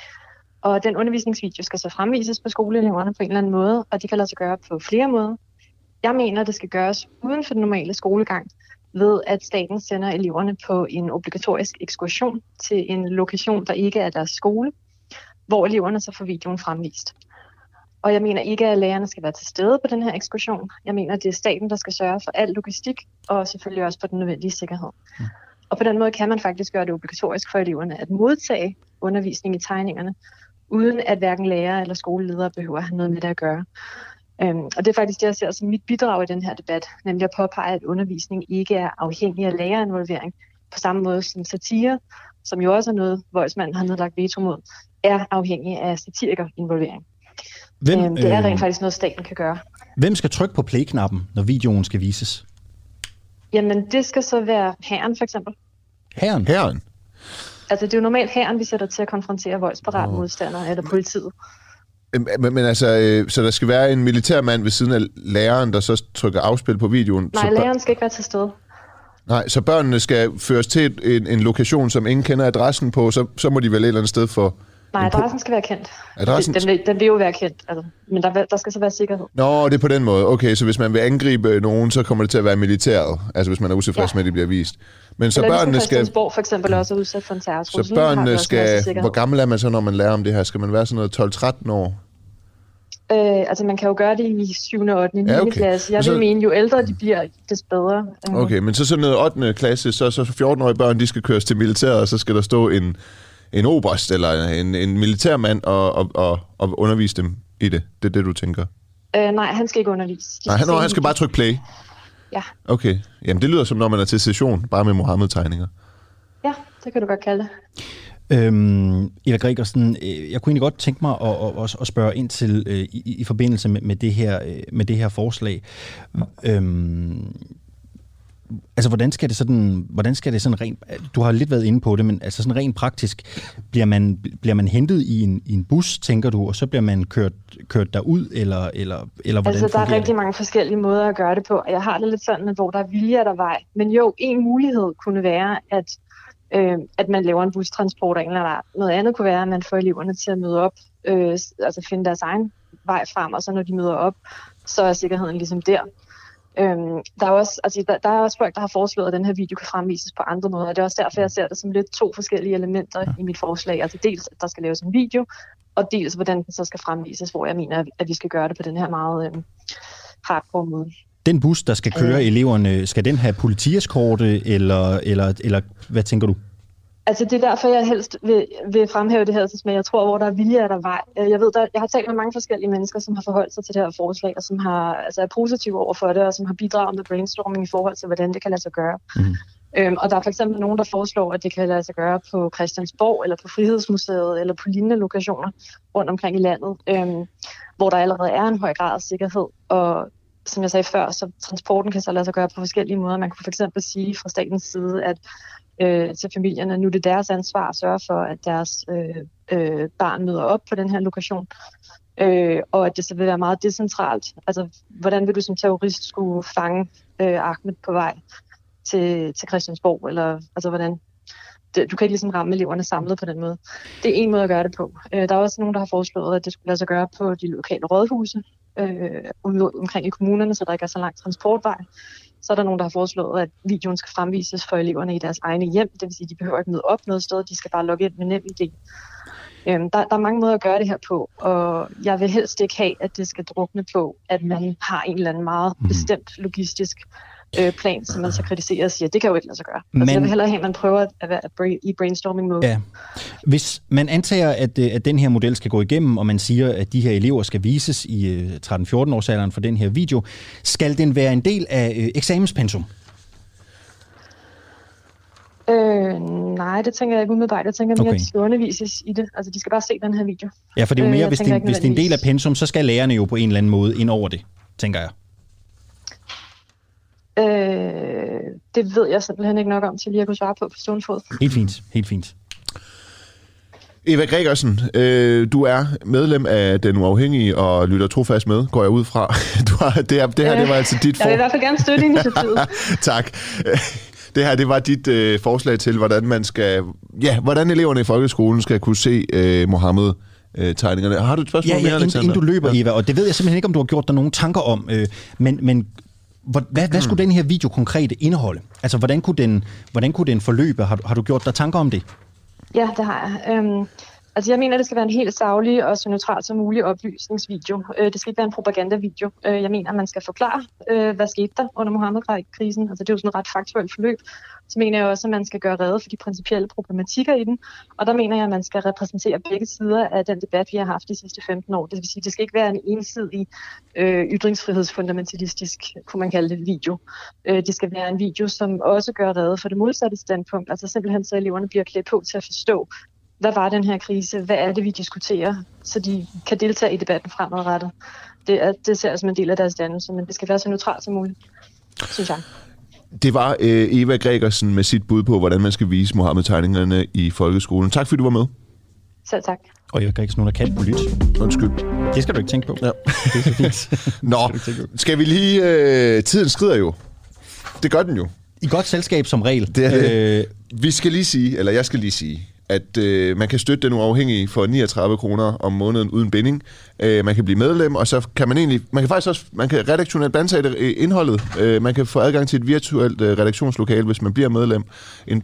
Og den undervisningsvideo skal så fremvises på skoleeleverne på en eller anden måde, og det kan lade sig gøre på flere måder. Jeg mener, det skal gøres uden for den normale skolegang, ved at staten sender eleverne på en obligatorisk ekskursion til en lokation, der ikke er deres skole, hvor eleverne så får videoen fremvist. Og jeg mener ikke, at lærerne skal være til stede på den her ekskursion. Jeg mener, at det er staten, der skal sørge for al logistik, og selvfølgelig også for den nødvendige sikkerhed. Og på den måde kan man faktisk gøre det obligatorisk for eleverne at modtage undervisning i tegningerne, uden at hverken lærer eller skoleledere behøver at have noget med det at gøre. Og det er faktisk det, jeg ser som mit bidrag i den her debat, nemlig at påpege, at undervisning ikke er afhængig af lærerinvolvering, på samme måde som satire, som jo også er noget, Voldsmanden har nedlagt veto mod, er afhængig af satirikerinvolvering. Det er rent faktisk noget, staten kan gøre. Hvem skal trykke på play-knappen, når videoen skal vises? Jamen, det skal så være hæren, for eksempel. Hæren? Altså, det er jo normalt hæren, vi sætter til at konfrontere voldsparate modstandere eller politiet. Men altså, så der skal være en militærmand ved siden af læreren, der så trykker afspil på videoen? Nej, læreren skal ikke være til stede. Nej, så børnene skal føres til en lokation, som ingen kender adressen på, så må de vel et eller andet sted for... Nej, adressen skal være kendt. Adressen... Den vil jo være kendt, altså. Men der skal så være sikkerhed. Nå, det er på den måde. Okay, så hvis man vil angribe nogen, så kommer det til at være militæret. Altså hvis man er utilfræs med, at det bliver vist. Men så børnene skal... Christiansborg for eksempel også er udsat for en terrortrussel. Så børnene skal... Hvor gammel er man så, når man lærer om det her? Skal man være sådan noget 12-13 år? Altså man kan jo gøre det i 7. og 8. 9. klasse. Jeg vil mene, jo ældre de bliver, des bedre. Okay, men så sådan noget 8. klasse, så 14-årige børn, de skal køres til militæret, og så skal der stå en oberst eller en militærmand og undervise dem i det. Det er det, du tænker? Nej, han skal ikke undervise. Han skal bare trykke play? Ja. Okay. Jamen, det lyder som, når man er til session, bare med Mohammed-tegninger. Ja, det kan du godt kalde det. Eva Gregersen, jeg kunne egentlig godt tænke mig at spørge ind til i forbindelse med det her forslag. Altså, hvordan skal det sådan rent... Du har lidt været inde på det, men altså sådan rent praktisk, bliver man hentet i en bus, tænker du, og så bliver man kørt derud, eller hvordan altså, der er rigtig mange forskellige måder at gøre det på, og jeg har det lidt sådan, at hvor der er vilje, er der vej. Men jo, en mulighed kunne være, at man laver en bustransport af en eller anden. Noget andet kunne være, at man får eleverne til at møde op, altså finde deres egen vej frem, og så når de møder op, så er sikkerheden ligesom der. Der er også folk, der har foreslået, at den her video kan fremvises på andre måder, og det er også derfor, jeg ser det som lidt to forskellige elementer i mit forslag. Altså dels, at der skal laves en video, og dels, hvordan den så skal fremvises, hvor jeg mener, at vi skal gøre det på den her meget hardcore måde. Den bus, der skal køre eleverne, skal den have politieskorte, eller hvad tænker du? Altså, det er derfor, jeg helst vil fremhæve det her, men jeg tror, hvor der er vilje, er der vej. Jeg har talt med mange forskellige mennesker, som har forholdt sig til det her forslag, og som er positive over for det, og som har bidraget med brainstorming i forhold til, hvordan det kan lade sig gøre. Og der er for eksempel nogen, der foreslår, at det kan lade sig gøre på Christiansborg, eller på Frihedsmuseet, eller på lignende lokationer rundt omkring i landet, hvor der allerede er en høj grad af sikkerhed. Og som jeg sagde før, så transporten kan så lade sig gøre på forskellige måder. Man kunne for eksempel sige fra statens side, at til familierne, nu er det deres ansvar at sørge for, at deres barn møder op på den her lokation, og at det så vil være meget decentralt. Altså, hvordan vil du som terrorist skulle fange Ahmed på vej til Christiansborg, eller altså hvordan... Du kan ikke ligesom ramme eleverne samlet på den måde. Det er en måde at gøre det på. Der er også nogen, der har foreslået, at det skulle lade sig gøre på de lokale rådhuse omkring i kommunerne, så der ikke er så lang transportvej. Så er der nogen, der har foreslået, at videoen skal fremvises for eleverne i deres egne hjem. Det vil sige, at de behøver ikke møde op noget sted. De skal bare logge ind med NemID. Der er mange måder at gøre det her på, og jeg vil helst ikke have, at det skal drukne på, at man har en eller anden meget bestemt logistisk plan, som man så kritiserer og siger, det kan jo ikke lade sig gøre. Men jeg vil hellere have, at man prøver at være i brainstorming-mode. Ja. Hvis man antager, at den her model skal gå igennem, og man siger, at de her elever skal vises i 13-14-årsalderen for den her video, skal den være en del af eksamenspensum? Nej, det tænker jeg ikke umiddelbart. Jeg tænker mere, at de skal undervises i det. Altså, de skal bare se den her video. Ja, for det er jo mere, hvis det er en del af pensum, så skal lærerne jo på en eller anden måde ind over det, tænker jeg. Det ved jeg simpelthen ikke nok om, til lige at kunne svare på stående fod. Helt fint. Eva Gregersen, du er medlem af Den Uafhængige og lytter trofast med, går jeg ud fra. Det her var altså dit Jeg vil i hvert fald gerne støtte initiativet. Tak. Det her, det var dit forslag til, hvordan eleverne i folkeskolen skal kunne se Mohammed-tegningerne. Har du et spørgsmål mere, Alexander? Inden du løber, Eva, og det ved jeg simpelthen ikke, om du har gjort dig nogle tanker om, men hvad skulle den her video konkret indeholde? Altså, hvordan kunne den forløbe? Har du gjort dig tanker om det? Ja, det har jeg. Altså, jeg mener, det skal være en helt saglig og så neutral som mulig oplysningsvideo. Det skal ikke være en propagandavideo. Jeg mener, at man skal forklare, hvad skete der under Mohammed-krisen. Altså, det er jo sådan et ret faktuelt forløb. Så mener jeg også, at man skal gøre rede for de principielle problematikker i den. Og der mener jeg, at man skal repræsentere begge sider af den debat, vi har haft de sidste 15 år. Det vil sige, at det skal ikke være en ensidig ytringsfrihedsfundamentalistisk, kunne man kalde det, video. Det skal være en video, som også gør rede for det modsatte standpunkt. Altså simpelthen, så eleverne bliver klædt på til at forstå, hvad var den her krise? Hvad er det, vi diskuterer? Så de kan deltage i debatten fremadrettet. Det ser jeg som en del af deres dannelse, men det skal være så neutralt som muligt, synes jeg. Det var Eva Gregersen med sit bud på, hvordan man skal vise Mohammed-tegningerne i folkeskolen. Tak fordi du var med. Selv tak. Og Eva Gregersen, hun er kaldt på lyt. Undskyld. Det skal du ikke tænke på. Ja. Det er så fint. Nå, skal vi lige... tiden skrider jo. Det gør den jo. I godt selskab som regel. Det er det. Jeg skal lige sige, at man kan støtte Den Uafhængige for 39 kroner om måneden uden binding. Man kan blive medlem, og så kan man kan redaktionelt blande sig i indholdet. Man kan få adgang til et virtuelt redaktionslokale, hvis man bliver medlem. Ind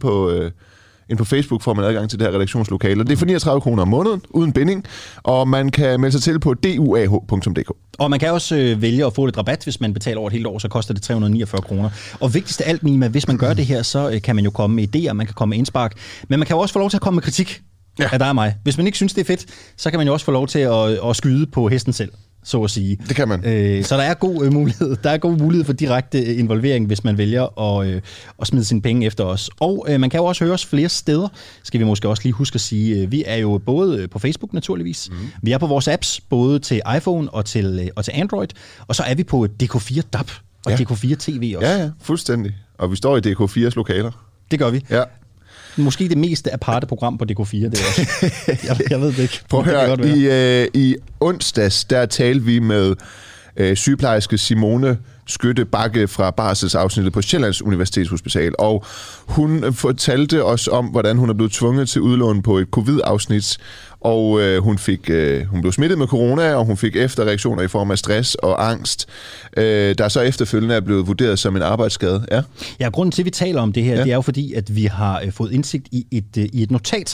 på Facebook får man adgang til det her redaktionslokale. Det er for 39 kroner om måneden, uden binding, og man kan melde sig til på duah.dk. Og man kan også vælge at få lidt rabat, hvis man betaler over et helt år, så koster det 349 kroner. Og vigtigst af alt, Nima, hvis man gør det her, så kan man jo komme med idéer, man kan komme med indspark, men man kan jo også få lov til at komme med kritik af dig og mig. Hvis man ikke synes, det er fedt, så kan man jo også få lov til at skyde på hesten selv, så at sige. Det kan man. Så der er god mulighed. Der er god mulighed for direkte involvering, hvis man vælger at smide sine penge efter os. Og man kan jo også høre os flere steder, skal vi måske også lige huske at sige. Vi er jo både på Facebook naturligvis. Vi er på vores apps, både til iPhone og til Android. Og så er vi på DK4 DAB og DK4 TV også. Ja, fuldstændig. Og vi står i DK4's lokaler. Det gør vi. Ja. Måske det mest aparte program på DK4, det er også. Jeg ved det ikke. Prøv at høre, i onsdags, der talte vi med sygeplejerske Simone Skytte Bagge fra barselsafsnittet på Sjællands Universitetshospital, og hun fortalte os om, hvordan hun er blevet tvunget til udlån på et covid-afsnit, og hun blev smittet med corona, og hun fik efterreaktioner i form af stress og angst, der så efterfølgende er blevet vurderet som en arbejdsskade. Ja, grunden til, at vi taler om det her, det er jo fordi, at vi har fået indsigt i et notat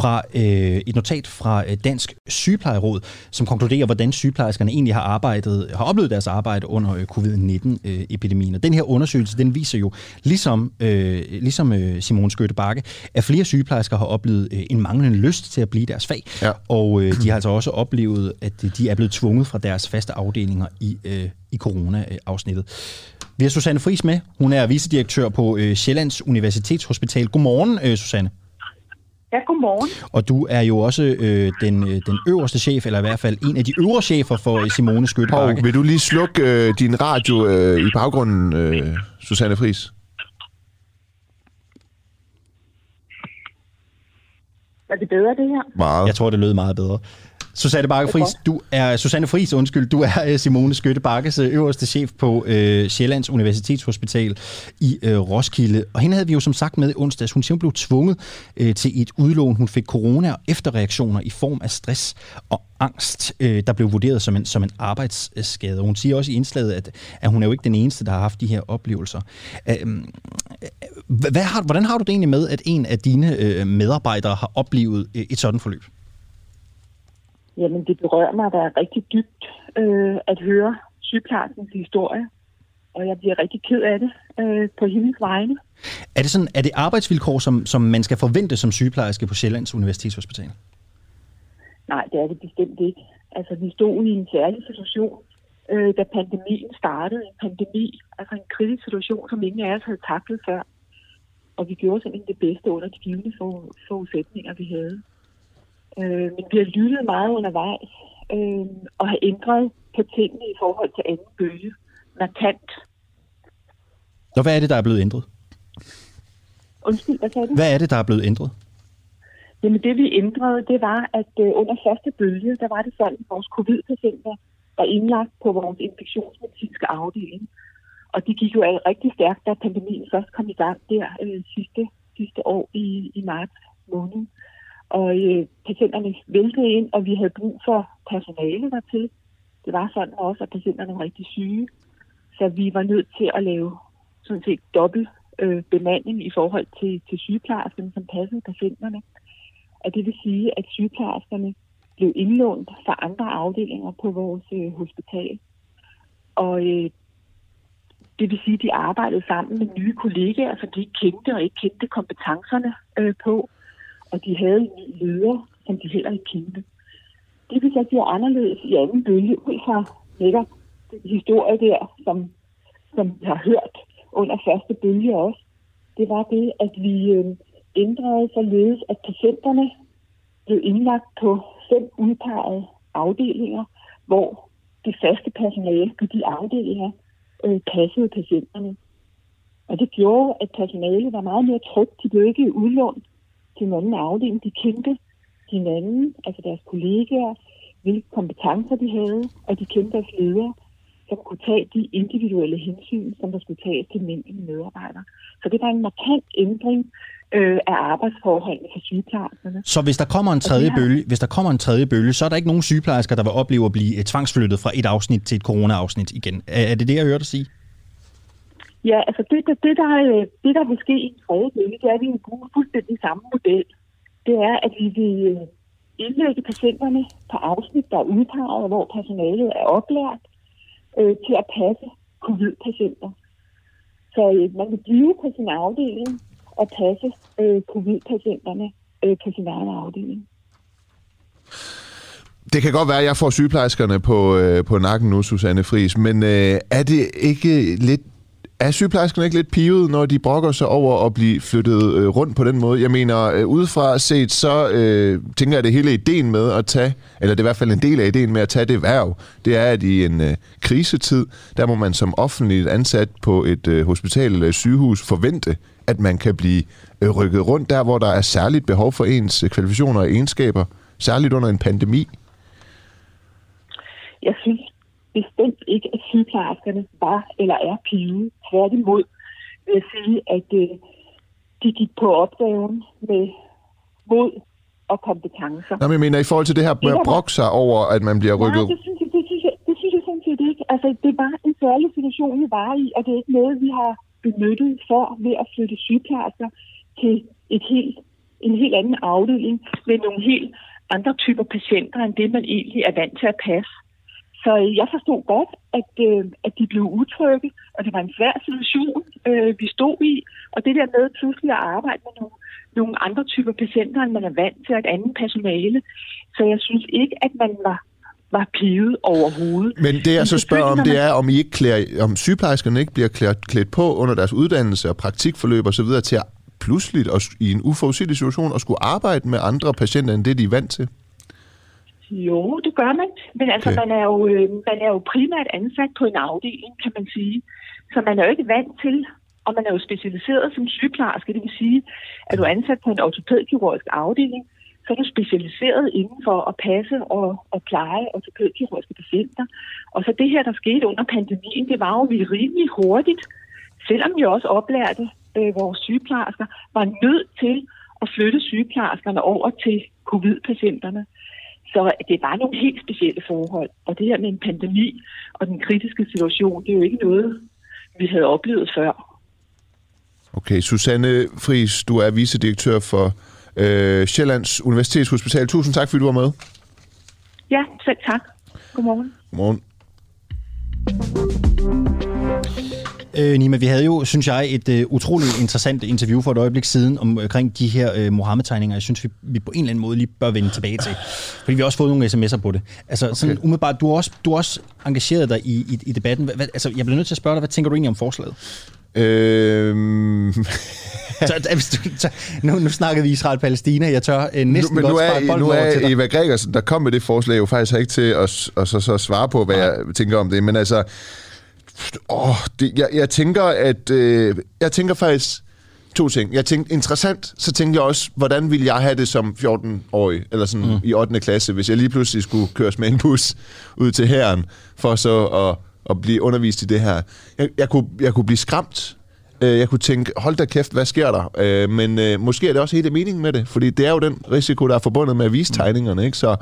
fra Dansk Sygeplejeråd, som konkluderer, hvordan sygeplejerskerne egentlig har oplevet deres arbejde under covid-19-epidemien. Og den her undersøgelse, den viser jo, ligesom Simone Skytte Bagge, at flere sygeplejersker har oplevet en manglende lyst til at blive deres fag. Ja. Og de har altså også oplevet, at de er blevet tvunget fra deres faste afdelinger i corona-afsnittet. Vi har Susanne Friis med. Hun er vicedirektør på Sjællands Universitetshospital. Godmorgen, Susanne. Ja, godmorgen. Og du er jo også den øverste chef, eller i hvert fald en af de øvre chefer for Simone Skytte Bagge. Vil du lige slukke din radio i baggrunden, Susanne Friis? Er det bedre, det her? Meget. Jeg tror, det lød meget bedre. Susanne Friis, du er Simone Skytte Bagges øverste chef på Sjællands Universitetshospital i Roskilde. Og hende havde vi jo som sagt med i onsdags. Hun simpelthen blev tvunget til et udlån. Hun fik corona og efterreaktioner i form af stress og angst, der blev vurderet som en arbejdsskade. Og hun siger også i indslaget, at hun er jo ikke den eneste, der har haft de her oplevelser. Hvordan har du det egentlig med, at en af dine medarbejdere har oplevet et sådan forløb? Jamen, det berører mig da rigtig dybt at høre sygeplejerskens historie, og jeg bliver rigtig ked af det på hendes vegne. Er det arbejdsvilkår, som man skal forvente som sygeplejerske på Sjællands Universitetshospital? Nej, det er det bestemt ikke. Altså, vi stod i en særlig situation, da pandemien startede. En pandemi, altså en kritisk situation, som ingen af os havde taklet før. Og vi gjorde simpelthen det bedste under de givne forudsætninger, vi havde. Men vi har lyttet meget undervejs og har ændret på tingene i forhold til anden bølge. Markant. Og hvad er det, der er blevet ændret? Undskyld, hvad sagde du? Hvad er det, der er blevet ændret? Jamen det, vi ændrede, det var, at under første bølge, der var det sådan, at vores covid-patienter var indlagt på vores infektionsmedicinske afdeling. Og det gik jo rigtig stærkt, da pandemien først kom i gang der sidste år i marts måned. Og patienterne væltede ind, og vi havde brug for personale dertil. Det var sådan også, at patienterne var rigtig syge. Så vi var nødt til at lave sådan set dobbelt bemanding i forhold til sygeplejerskerne, som passede patienterne. Og det vil sige, at sygeplejerskerne blev indlånt fra andre afdelinger på vores hospital. Og det vil sige, at de arbejdede sammen med nye kollegaer, som de ikke kendte og ikke kendte kompetencerne på. Og de havde en ny leder, som de heller ikke kendte. Det vil så blive anderledes i anden bølge, ud fra netop den historie der, som vi har hørt under første bølge også. Det var det, at vi ændrede således, at patienterne blev indlagt på 5 udpegede afdelinger, hvor det faste personale på de afdelinger passede patienterne. Og det gjorde, at personalet var meget mere trygt. De blev ikke udlånt til en anden afdeling. De kendte hinanden, altså deres kollegaer, hvilke kompetencer de havde, og de kendte deres ledere, som kunne tage de individuelle hensyn, som der skulle tages til den enkelte medarbejder. Så det var en markant ændring af arbejdsforholdene for sygeplejerskerne. Så hvis der kommer en tredje bølge, så er der ikke nogen sygeplejersker, der vil opleve at blive tvangsflyttet fra et afsnit til et corona-afsnit igen. Er det det, jeg hørte dig sige? Ja, altså det der vil ske i en tredje bølge, det er, at vi vil bruge fuldstændig samme model. Det er, at vi vil indlægge patienterne på afsnit, der er udpeget, hvor personalet er oplært til at passe covid-patienter. Så man vil blive på sin afdeling og passe covid-patienterne på sin egen afdeling. Det kan godt være, at jeg får sygeplejerskerne på nakken nu, Susanne Friis, men er det ikke lidt Er sygeplejerskerne ikke lidt pivet, når de brokker sig over at blive flyttet rundt på den måde? Jeg mener, udefra set, så tænker jeg, at det hele ideen med at tage, eller det er i hvert fald en del af ideen med at tage det værv, det er, at i en krisetid, der må man som offentligt ansat på et hospital eller sygehus forvente, at man kan blive rykket rundt der, hvor der er særligt behov for ens kvalifikationer og egenskaber, særligt under en pandemi. Jeg synes bestemt ikke, at sygeplejerskerne var eller er pivet. Tværtimod vil jeg sige, at de gik på opgaven med mod og kompetencer. Nå, men jeg mener, i forhold til det her med at brokke sig over, at man bliver rykket... Nej, det synes jeg sådan set ikke. Altså, det var en særlig situation, vi var i, og det er ikke noget, vi har benyttet for ved at flytte sygeplejersker til en helt anden afdeling med nogle helt andre typer patienter, end det man egentlig er vant til at passe. Så jeg forstod godt, at de blev utrygge, og det var en svær situation, vi stod i. Og det der med pludselig at arbejde med nogle andre typer patienter, end man er vant til, et andet personale. Så jeg synes ikke, at man var pivet overhovedet. Men det jeg så spørger om, det er, om sygeplejerskerne ikke bliver klædt på under deres uddannelse og praktikforløb og så videre til at pludseligt og i en uforudsigelig situation at skulle arbejde med andre patienter, end det de er vant til. Jo, det gør man. Men altså, okay. man er jo primært ansat på en afdeling, kan man sige. Så man er jo ikke vant til, og man er jo specialiseret som sygeplejerske. Det vil sige, at du er ansat på en ortopædkirurgisk afdeling, så er du specialiseret inden for at passe og pleje ortopædkirurgiske patienter. Og så det her, der skete under pandemien, det var jo, vi rimelig hurtigt, selvom vi også oplærte vores sygeplejersker, var nødt til at flytte sygeplejerskerne over til covid-patienterne. Så det var nogle helt specielle forhold. Og det her med en pandemi og den kritiske situation, det er jo ikke noget, vi havde oplevet før. Okay, Susanne Friis, du er vicedirektør for Sjællands Universitetshospital. Tusind tak, fordi du var med. Ja, selv tak. Godmorgen. Godmorgen. Nima, vi havde jo, synes jeg, et utroligt interessant interview for et øjeblik siden omkring de her Mohammed-tegninger. Jeg synes, vi på en eller anden måde lige bør vende tilbage til. Fordi vi har også fået nogle sms'er på det. Altså, okay. Sådan umiddelbart, du har også engageret dig i debatten. Altså, jeg bliver nødt til at spørge dig, hvad tænker du egentlig om forslaget? Nu snakkede vi Israel-Palæstina. Jeg tør næsten godt spare bolden over til dig. Nu er Eva Gregersen, der kom med det forslag, jo faktisk ikke til at så svare på, hvad jeg tænker om det. Men altså... Jeg tænker faktisk to ting. Jeg tænkte interessant, så tænkte jeg også, hvordan ville jeg have det som 14-årig, eller sådan i 8. klasse, hvis jeg lige pludselig skulle køres med en bus ud til hæren, for så at blive undervist i det her. Jeg kunne blive skræmt. Jeg kunne tænke, hold da kæft, hvad sker der? Men måske er det også helt meningen med det, fordi det er jo den risiko, der er forbundet med at vise tegningerne, ikke? Så...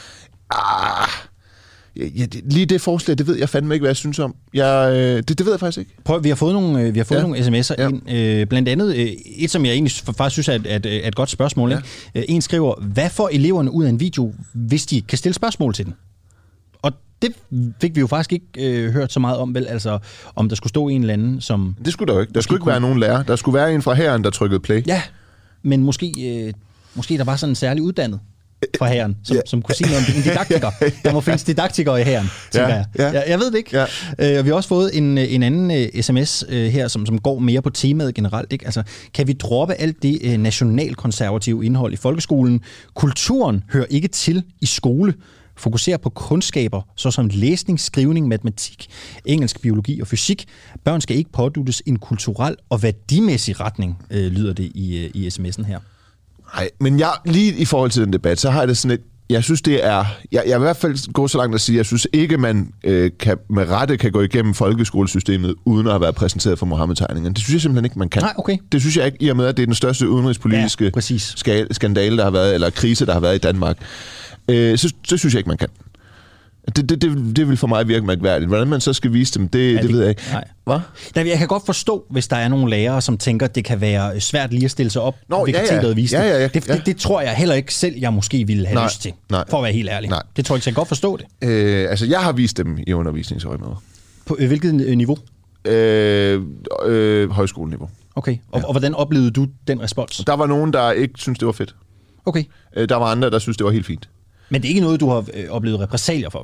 lige det forslag, det ved jeg fandme ikke, hvad jeg synes om. Det ved jeg faktisk ikke. Prøv, vi har fået nogle sms'er ind. Blandt andet et, som jeg egentlig faktisk synes er et godt spørgsmål. Ja. Ikke? En skriver, hvad får eleverne ud af en video, hvis de kan stille spørgsmål til den? Og det fik vi jo faktisk ikke hørt så meget om, vel? Altså, om der skulle stå en eller anden, som... Det skulle der jo ikke. Der skulle ikke være nogen lærer. Der skulle være en fra hæren, der trykkede play. Ja, men måske der var sådan en særlig uddannet fra hæren, som kunne sige noget om det. En didaktiker. Der må findes didaktikere i hæren, tænker jeg. Jeg ved det ikke. Ja. Vi har også fået en anden sms her, som går mere på temaet generelt. Ikke? Altså, kan vi droppe alt det nationalkonservative indhold i folkeskolen? Kulturen hører ikke til i skole. Fokuserer på kundskaber, såsom læsning, skrivning, matematik, engelsk, biologi og fysik. Børn skal ikke påduttes en kulturel og værdimæssig retning, lyder det i sms'en her. Nej, men lige i forhold til den debat, så har jeg det sådan et, jeg synes det er, jeg i hvert fald går så langt at sige, jeg synes ikke, man med rette kan gå igennem folkeskolesystemet, uden at have været præsenteret for Mohammed-tegningerne. Det synes jeg simpelthen ikke, man kan. Nej, okay. Det synes jeg ikke, i og med, at det er den største udenrigspolitiske skandale, der har været, eller krise, der har været i Danmark. Så synes jeg ikke, man kan. Det vil for mig virke mærkværdigt. Hvordan man så skal vise dem, det ved jeg ikke. Hvad? Nej, jeg kan godt forstå, hvis der er nogle lærere, som tænker, at det kan være svært lige at stille sig op, og vise det. Det tror jeg heller ikke selv, jeg måske ville have lyst til, for at være helt ærlig. Nej. Det tror jeg ikke, jeg kan godt forstå det. Altså, jeg har vist dem i undervisningsøjemed. På hvilket niveau? Højskoleniveau. Okay, og hvordan oplevede du den respons? Der var nogen, der ikke syntes, det var fedt. Okay. Der var andre, der syntes, det var helt fint. Men det er ikke noget, du har oplevet repressalier for, vel?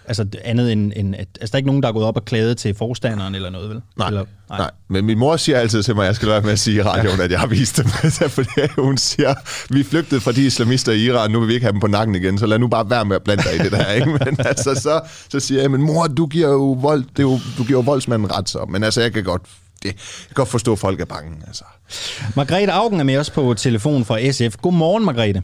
Altså andet end at, altså der er ikke nogen, der er gået op og klaget til forstanderen eller noget, vel? Nej. Men min mor siger altid til mig, at jeg skal lade være med at sige i radioen, at jeg har vist dem. Fordi hun siger, vi flygtede fra de islamister i Iran, nu vil vi ikke have dem på nakken igen, så lad nu bare være med at blande dig i det der, ikke? Men altså, så siger jeg, men mor, du giver jo voldsmanden ret så. Men altså, jeg kan godt forstå, at folk er bange, altså. Margrethe Auken er med os på telefon fra SF. Godmorgen, Margrethe.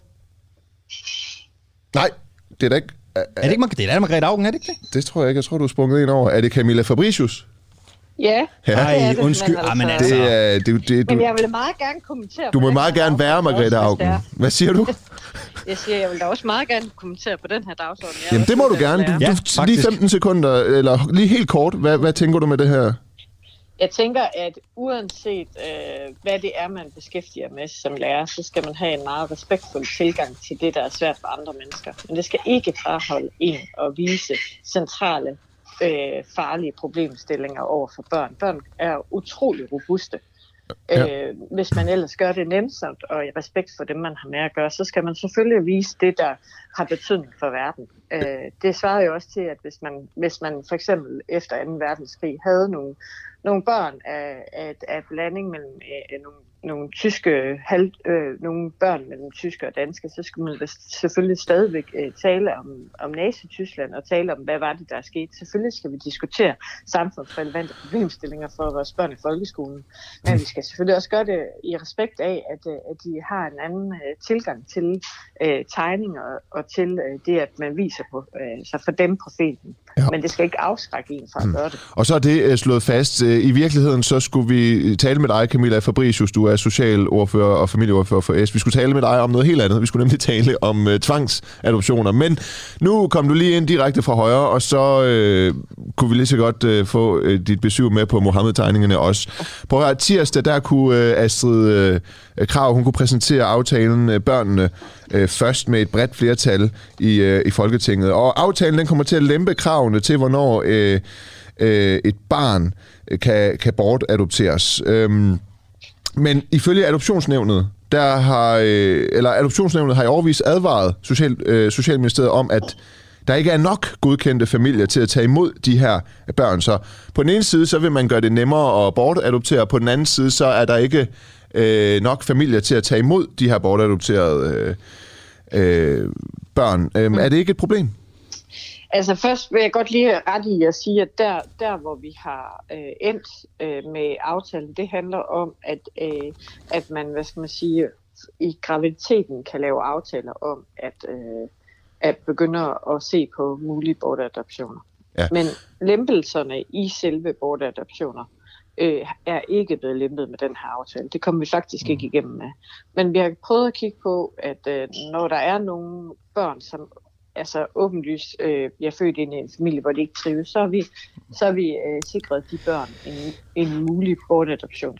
Nej, det er da ikke... Er det ikke Margrethe Auken, er det ikke det? Det tror jeg ikke. Jeg tror, du er sprunget ind over. Er det Camilla Fabricius? Ja. Ej, undskyld. Men altså... Men jeg vil meget gerne kommentere. Du må meget gerne være Margrethe Auken. Hvad siger du? Jeg siger, jeg vil da også meget gerne kommentere på den her dagsorden. Jamen, det må du gerne. Lige 15 sekunder, eller lige helt kort. Hvad tænker du med det her? Jeg tænker, at uanset hvad det er, man beskæftiger med som lærer, så skal man have en meget respektfuld tilgang til det, der er svært for andre mennesker. Men det skal ikke fraholde en at vise centrale, farlige problemstillinger over for børn. Børn er utrolig robuste. Ja. Hvis man ellers gør det nænsomt og i respekt for dem, man har med at gøre, så skal man selvfølgelig vise det, der har betydning for verden. Det svarer jo også til, at hvis man for eksempel efter 2. verdenskrig havde nogle børn af blanding mellem nogle børn mellem tyske og danske, så skulle man selvfølgelig stadigvæk tale om Nazi-Tyskland og tale om, hvad var det, der er sket. Selvfølgelig skal vi diskutere samfundsrelevante problemstillinger for vores børn i folkeskolen, men vi skal selvfølgelig også gøre det i respekt af, at de har en anden tilgang til tegninger og til det, at man viser på sig for dem profeten. Ja. Men det skal ikke afskrække en fra at gøre det. Og så er det slået fast. I virkeligheden så skulle vi tale med dig, Camilla Fabricius. Du er socialordfører og familieordfører for S. Vi skulle tale med dig om noget helt andet. Vi skulle nemlig tale om tvangsadoptioner. Men nu kom du lige ind direkte fra højre, og så kunne vi lige så godt få dit besøg med på Mohammed-tegningerne også. På hver tirsdag, der kunne Astrid Krag, hun kunne præsentere aftalen Børnene først med et bredt flertal i Folketinget. Og aftalen den kommer til at lempe kravene til, hvornår et barn kan bortadopteres. Men ifølge Adoptionsnævnet, Adoptionsnævnet har i årevis advaret Socialministeriet om, at der ikke er nok godkendte familier til at tage imod de her børn. Så på den ene side, så vil man gøre det nemmere at bortadoptere, på den anden side, så er der ikke nok familier til at tage imod de her bortadopterede børn. Er det ikke et problem? Altså først vil jeg godt lige rette i at sige, at der hvor vi har endt med aftalen, det handler om, at man, hvad skal man sige, i graviditeten kan lave aftaler om, at begynde at se på mulige bortadoptioner. Ja. Men lempelserne i selve bortadoptioner er ikke blevet lempet med den her aftale. Det kommer vi faktisk ikke igennem med. Men vi har prøvet at kigge på, at når der er nogle børn, som altså åbenlyst bliver født ind i en familie, hvor de ikke trives, så har vi sikret de børn en mulig bortadoption.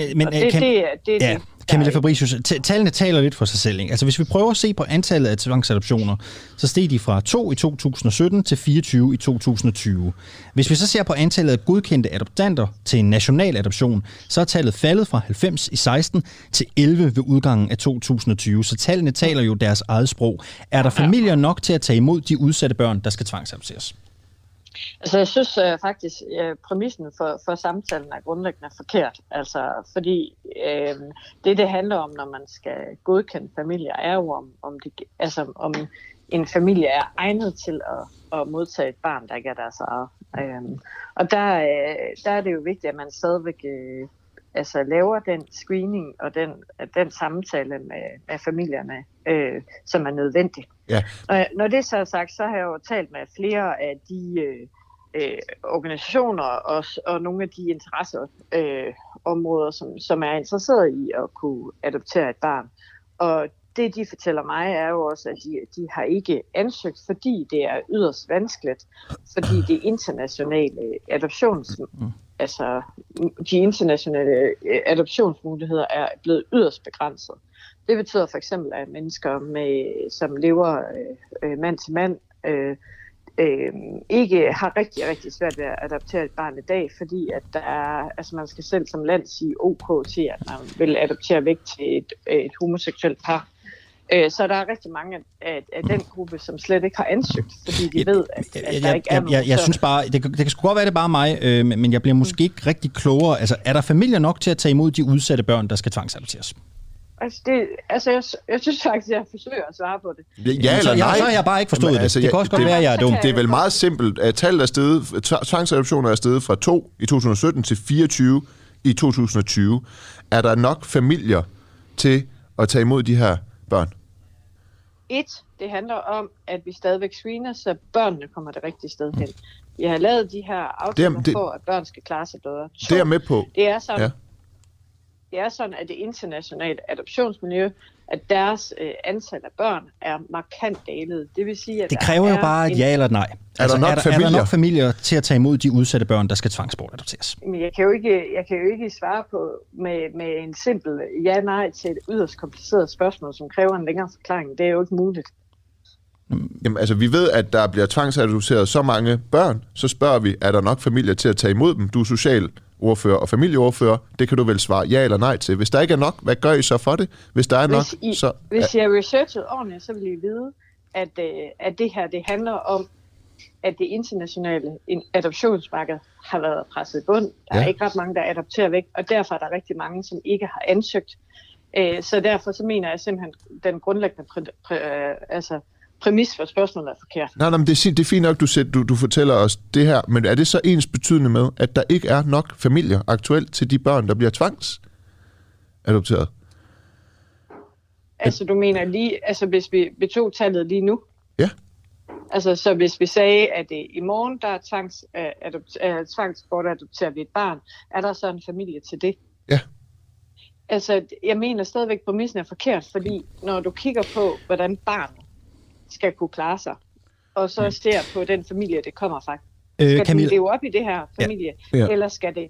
Men Camilla Fabricius, tallene taler lidt for sig selv, ikke? Altså hvis vi prøver at se på antallet af tvangsadoptioner, så steg de fra 2 i 2017 til 24 i 2020. Hvis vi så ser på antallet af godkendte adoptanter til en national adoption, så er tallet faldet fra 90 i 16 til 11 ved udgangen af 2020. Så tallene taler jo deres eget sprog. Er der familier nok til at tage imod de udsatte børn, der skal tvangsadopteres? Altså jeg synes faktisk, at præmissen for samtalen er grundlæggende forkert. Altså fordi det handler om, når man skal godkende familier, er jo om en familie er egnet til at modtage et barn, der ikke er deres eget. Og der er det jo vigtigt, at man stadigvæk laver den screening og den samtale med familierne, som er nødvendig. Ja. Og når det så er sagt, så har jeg jo talt med flere af de organisationer og nogle af de interesseområder, som er interesseret i at kunne adoptere et barn. Og det, de fortæller mig, er jo også, at de har ikke ansøgt, fordi det er yderst vanskeligt, fordi det internationale de internationale adoptionsmuligheder er blevet yderst begrænset. Det betyder for eksempel, at mennesker, som lever mand til mand, ikke har rigtig, rigtig svært ved at adoptere et barn i dag, fordi at der er, man skal selv som land sige OK til, at man vil adoptere væk til et homoseksuelt par. Så der er rigtig mange af den gruppe, som slet ikke har ansøgt, fordi de ved, at der ikke er nogen. Jeg synes bare, det kan sgu godt være, det bare mig, men jeg bliver måske ikke rigtig klogere. Altså, er der familier nok til at tage imod de udsatte børn, der skal tvangsadopteres? Jeg synes faktisk, jeg forsøger at svare på det. Ja eller nej? Så har jeg bare ikke forstået det. Altså, det kan også godt være, at jeg er dum. Det er vel meget simpelt, at tallet er steget, tvangsadoptioner er steget fra 2 i 2017 til 24 i 2020. Er der nok familier til at tage imod de her børn? Det handler om, at vi stadigvæk screener, så børnene kommer det rigtige sted hen. Jeg har lavet de her aftaler for, at børn skal klare sig bedre. 2, det er jeg med på. Det er sådan, det er sådan, at det internationale adoptionsmiljø, at deres antal af børn er markant dalet. Det vil sige, at det kræver jo bare et ja eller et nej. Er der nok familier til at tage imod de udsatte børn, der skal tvangsbortadopteres? Jeg kan jo ikke svare på med en simpel ja-nej til et yderst kompliceret spørgsmål, som kræver en længere forklaring. Det er jo ikke muligt. Jamen, altså, vi ved, at der bliver tvangsadopteret så mange børn, så spørger vi, er der nok familier til at tage imod dem? Du er socialordfører og familieordfører. Det kan du vel svare ja eller nej til. Hvis der ikke er nok, hvad gør I så for det? Hvis der er nok, så... Hvis jeg researchet ordentligt, så vil I vide, at det her, det handler om, at det internationale adoptionsmarked har været presset i bund. Der er ikke ret mange, der adopterer væk, og derfor er der rigtig mange, som ikke har ansøgt. Så derfor så mener jeg simpelthen, den grundlæggende præmis for spørgsmålet er forkert. Nej, men det er fint nok, du fortæller os det her, men er det så ens betydende med, at der ikke er nok familier aktuelt til de børn, der bliver tvangsadopteret? Altså, du mener lige, hvis vi tog tallet lige nu? Ja. Altså, så hvis vi sagde, at i morgen, der er tvangsbortadopterer vi et barn, er der så en familie til det? Ja. Altså, jeg mener stadigvæk, præmissen er forkert, fordi når du kigger på, hvordan barnet skal kunne klare sig, og så ser på den familie, det kommer fra. Skal det leve op i det her familie, eller skal det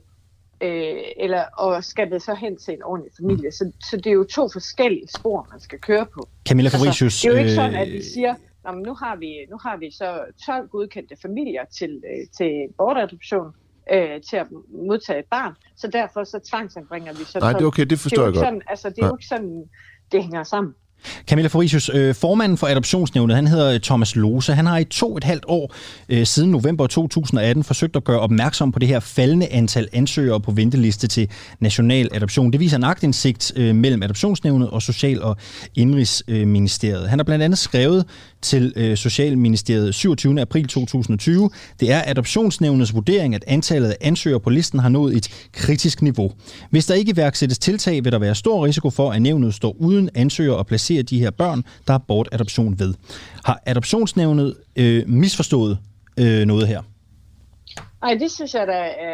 skal det så hen til en ordentlig familie? Så det er jo 2 forskellige spor, man skal køre på. Camilla Fabricius, det er jo ikke sådan, at vi siger, nu har vi så 12 godkendte familier til bortadoption, til at modtage et barn, så derfor så tvangsanbringer vi så... Nej, det er okay, det forstår jeg godt. Det er jo ikke sådan, det hænger sammen. Camilla Fabricius, formanden for Adoptionsnævnet, han hedder Thomas Lose. Han har i 2,5 år siden november 2018 forsøgt at gøre opmærksom på det her faldende antal ansøgere på venteliste til national adoption. Det viser en aktindsigt mellem Adoptionsnævnet og Social- og Indenrigsministeriet. Han har blandt andet skrevet til Socialministeriet 27. april 2020. Det er Adoptionsnævnets vurdering, at antallet af ansøgere på listen har nået et kritisk niveau. Hvis der ikke iværksættes tiltag, vil der være stor risiko for, at nævnet står uden ansøgere og placerer de her børn, der er bortadoption ved. Har Adoptionsnævnet misforstået noget her? Nej, det synes jeg,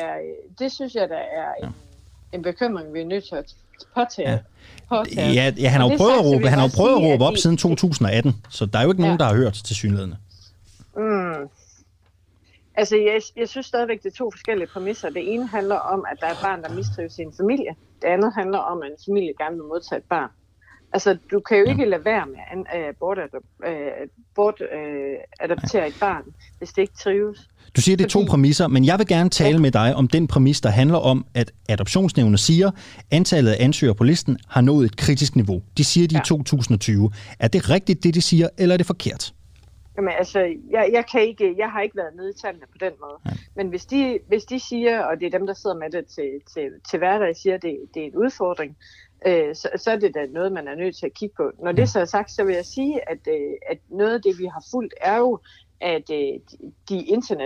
der er en bekymring, vi er nødt til at påtage. Ja, han har jo prøvet at råbe op siden 2018, så der er jo ikke nogen, der har hørt tilsyneladende. Altså, jeg synes stadigvæk, det er 2 forskellige præmisser. Det ene handler om, at der er et barn, der mistrives i en familie. Det andet handler om, at en familie gerne vil modtage et barn. Altså, du kan jo ikke lade være med at bortadoptere et barn, hvis det ikke trives. Du siger, det er 2 præmisser, men jeg vil gerne tale med dig om den præmis, der handler om, at Adoptionsnævnet siger, at antallet af ansøgere på listen har nået et kritisk niveau. De siger det i 2020. Er det rigtigt, det de siger, eller er det forkert? Jamen altså, jeg har ikke været nede i tallene på den måde. Ja. Men hvis de siger, og det er dem, der sidder med det til hverdag, siger, at det er en udfordring, så er det da noget, man er nødt til at kigge på. Når det så er sagt, så vil jeg sige, at noget af det, vi har fulgt, er jo, at de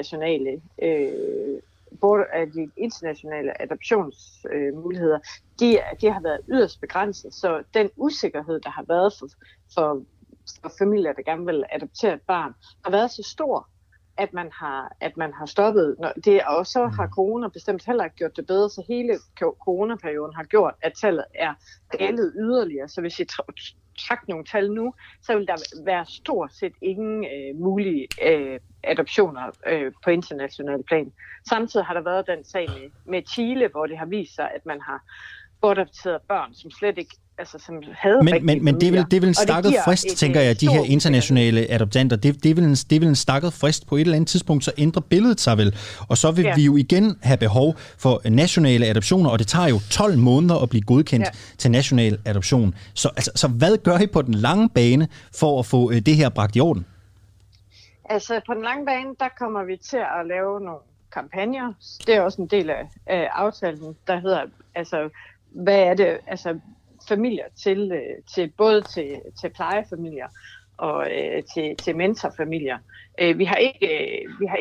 internationale adoptionsmuligheder, de har været yderst begrænset. Så den usikkerhed, der har været for familier, der gerne vil adoptere et barn, har været så stor, at man har stoppet det, og så har corona bestemt heller ikke gjort det bedre, så hele coronaperioden har gjort, at tallet er dalet yderligere. Så hvis I trækker nogle tal nu, så vil der være stort set ingen mulige adoptioner på international plan. Samtidig har der været den sag med Chile, hvor det har vist sig, at man har bortadopteret børn, som slet ikke som havde men det er vel en stakket frist, tænker jeg, de her internationale adoptanter. Det er vel en stakket frist på et eller andet tidspunkt, så ændrer billedet sig vel. Og så vil vi jo igen have behov for nationale adoptioner, og det tager jo 12 måneder at blive godkendt til national adoption. Så hvad gør I på den lange bane for at få det her bragt i orden? Altså på den lange bane, der kommer vi til at lave nogle kampagner. Det er også en del af aftalen, der hedder, hvad er det, familier til både til plejefamilier og til mentorfamilier. Vi har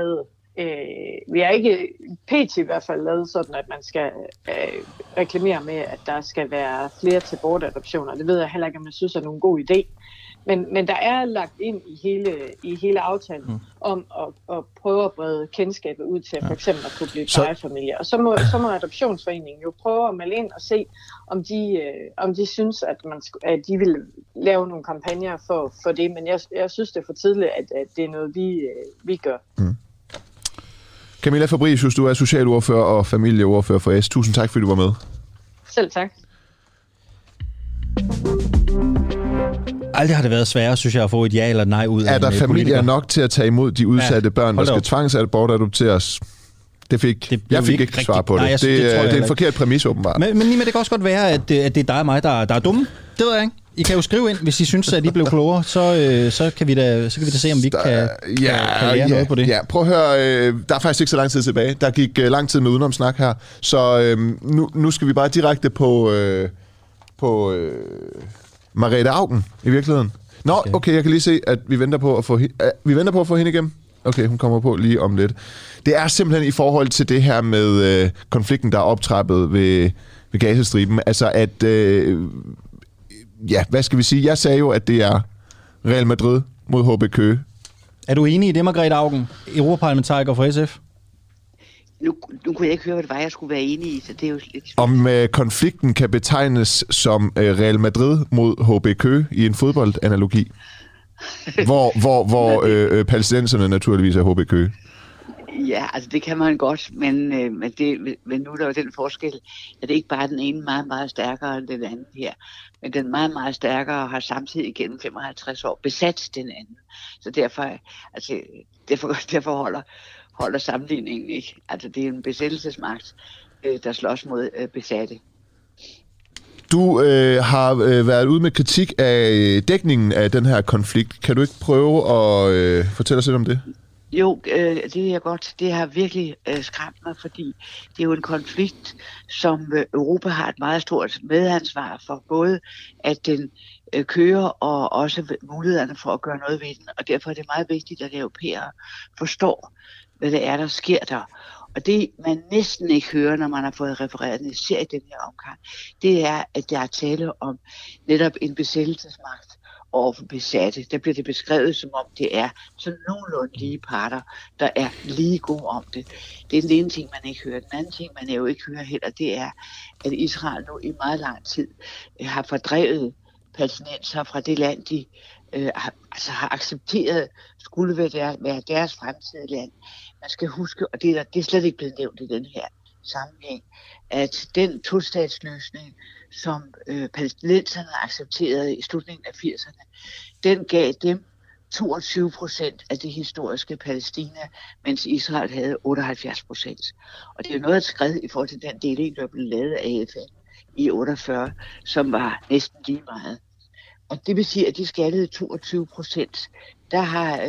ikke pt. I hvert fald lavet sådan, at man skal reklamere med, at der skal være flere til bortadoptioner. Det ved jeg heller ikke, om jeg synes er nogen god idé. Men der er lagt ind i hele aftalen om at prøve at brede kendskabet ud til for eksempel at kunne blive plejefamilier. Og så må adoptionsforeningen jo prøve at melde ind og se, om de synes, at de vil lave nogle kampagner for det. Men jeg synes, det er for tidligt, at det er noget, vi gør. Mm. Camilla Fabricius, du er socialordfører og familieordfører for S. Tusind tak, fordi du var med. Selv tak. Aldrig har det været sværere, synes jeg, at få et ja eller et nej ud af en politiker. Er der familier nok til at tage imod de udsatte børn, der skal tvangsadopteres? Jeg fik ikke svar på det. Nej, det er en forkert præmis, åbenbart. Men det kan også godt være, at det er dig og mig, der er dumme. Det ved jeg ikke. I kan jo skrive ind, hvis I synes, at I blev klogere, så kan vi da se, om vi kan lære noget på det. Ja, prøv at høre, der er faktisk ikke så lang tid tilbage. Der gik lang tid med udenomsnak her, så nu skal vi bare direkte på Margrethe Auken i virkeligheden. Nå, okay, jeg kan lige se, at vi venter på at få hende igennem. Okay, hun kommer på lige om lidt. Det er simpelthen i forhold til det her med konflikten, der er optrappet ved Gazastriben. Altså at, hvad skal vi sige? Jeg sagde jo, at det er Real Madrid mod HB Køge. Er du enig i det, Margrethe Auken, europaparlamentariker for SF? Nu kunne jeg ikke høre, hvad det var, jeg skulle være enig i, så det er jo lidt... Om konflikten kan betegnes som Real Madrid mod HB Køge i en fodboldanalogi, hvor palæstinenserne naturligvis er HB Køge. Ja, altså det kan man godt, men nu er der jo den forskel, at det ikke bare er den ene meget, meget stærkere end den anden her, men den meget, meget stærkere har samtidig gennem 55 år besat den anden. Så derfor holder sammenligningen ikke. Altså det er en besættelsesmagt, der slås mod besatte. Du har været ude med kritik af dækningen af den her konflikt. Kan du ikke prøve at fortælle os lidt om det? Jo, det er godt. Det har virkelig skræmt mig, fordi det er jo en konflikt, som Europa har et meget stort medansvar for, både at den kører og også mulighederne for at gøre noget ved den. Og derfor er det meget vigtigt, at europæere forstår, hvad det er, der sker der. Og det, man næsten ikke hører, når man har fået refereret en serie i den her omgang, det er, at der er tale om netop en besættelsesmagt over for besatte. Der bliver det beskrevet, som om det er sådan nogenlunde lige parter, der er lige gode om det. Det er den ene ting, man ikke hører. Den anden ting, man jo ikke hører heller, det er, at Israel nu i meget lang tid har fordrevet palæstinensere fra det land, de har accepteret, skulle være deres fremtidige land. Man skal huske, og det er slet ikke blevet nævnt i den her sammenhæng, at den tostatsløsning, som palæstinenserne accepterede i slutningen af 80'erne, den gav dem 22% af det historiske Palæstina, mens Israel havde 78%. Og det er noget at skrive i forhold til den deling, der blev lavet af FN i 48, som var næsten lige meget. Og det vil sige, at de skattede 22%. Der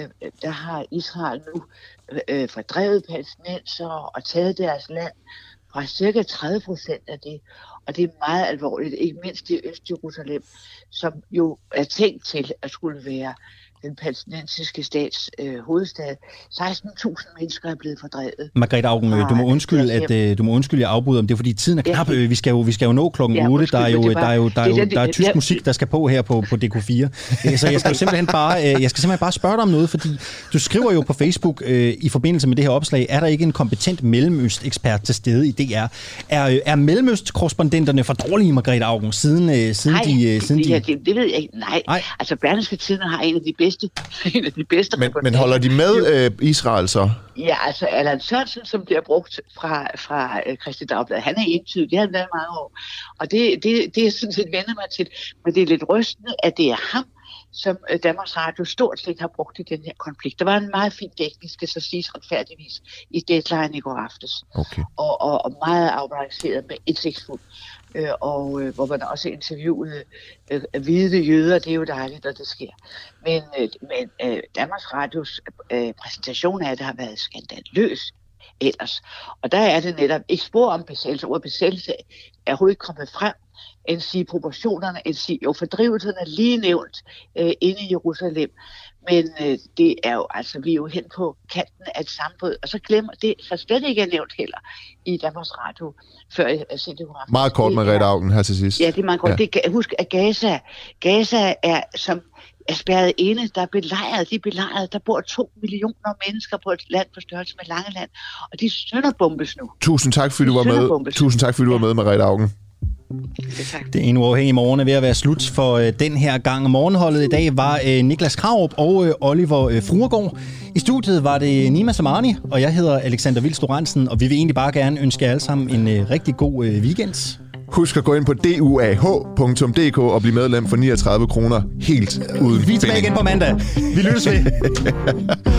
har Israel nu fordrevet palæstinensere og taget deres land fra cirka 30% af det. Og det er meget alvorligt, ikke mindst i Øst-Jerusalem, som jo er tænkt til at skulle være den palæstinensiske stats hovedstad. 16.000 mennesker er blevet fordrevet. Margrethe Auken, du må undskylde, jeg afbryder, om det er fordi tiden er knap. Vi skal jo nå klokken 8. Der er tysk musik, der skal på her på DK4. Så jeg skal simpelthen bare spørge dig om noget, fordi du skriver jo på Facebook i forbindelse med det her opslag, er der ikke en kompetent Mellemøst-ekspert til stede i DR? Er Mellemøst-korrespondenterne for dårlige, Margrethe Auken, siden de... Det ved jeg ikke. Nej. Altså Berlingske Tidende har en af de bedste en af de bedste Men holder de med Israel så? Ja, altså Allan Sørensen, som bliver brugt fra Kristeligt Dagblad, han er entydig, det har han været mange år. Og det er sådan set vender mig til, men det er lidt rystende, at det er ham, som Danmarks Radio stort set har brugt i den her konflikt. Der var en meget fin dækning, skal så siges retfærdigvis, i Deadline i går aftes. Okay. Og meget afbalanceret med indsigtsfuld. Hvor man også interviewede hvide jøder, det er jo dejligt, at det sker. Men Danmarks Radios præsentation af det har været skandaløs ellers. Og der er det netop ikke spor om besættelse. Ordet besættelse er overhovedet ikke kommet frem, end sige proportionerne, end sige jo fordrivelserne er lige nævnt inde i Jerusalem. Men det er jo, altså vi er jo hen på kanten af et sammenbrud, og så glemmer det, så slet ikke er nævnt heller i Danmarks Radio, før jeg ser det. Meget kort, Merete Auken, her til sidst. Ja, det er meget kort. Ja. Husk, at Gaza er som er spærret inde, der er belejret, der bor 2 millioner mennesker på et land på størrelse med Langeland, og de sønderbombes nu. Tusind tak, fordi du var med. Tusind tak, fordi du var med, Merete Auken. Det ene uafhængige morgen er ved at være slut for den her gang. Morgenholdet i dag var Niklas Krarup og Oliver Fruergaard. I studiet var det Nima Samani, og jeg hedder Alexander Vilds Lorentzen, og vi vil egentlig bare gerne ønske jer alle sammen en rigtig god weekend. Husk at gå ind på duah.dk og blive medlem for 39 kroner helt uden. Vi er tilbage igen på mandag. Vi lyttes ved.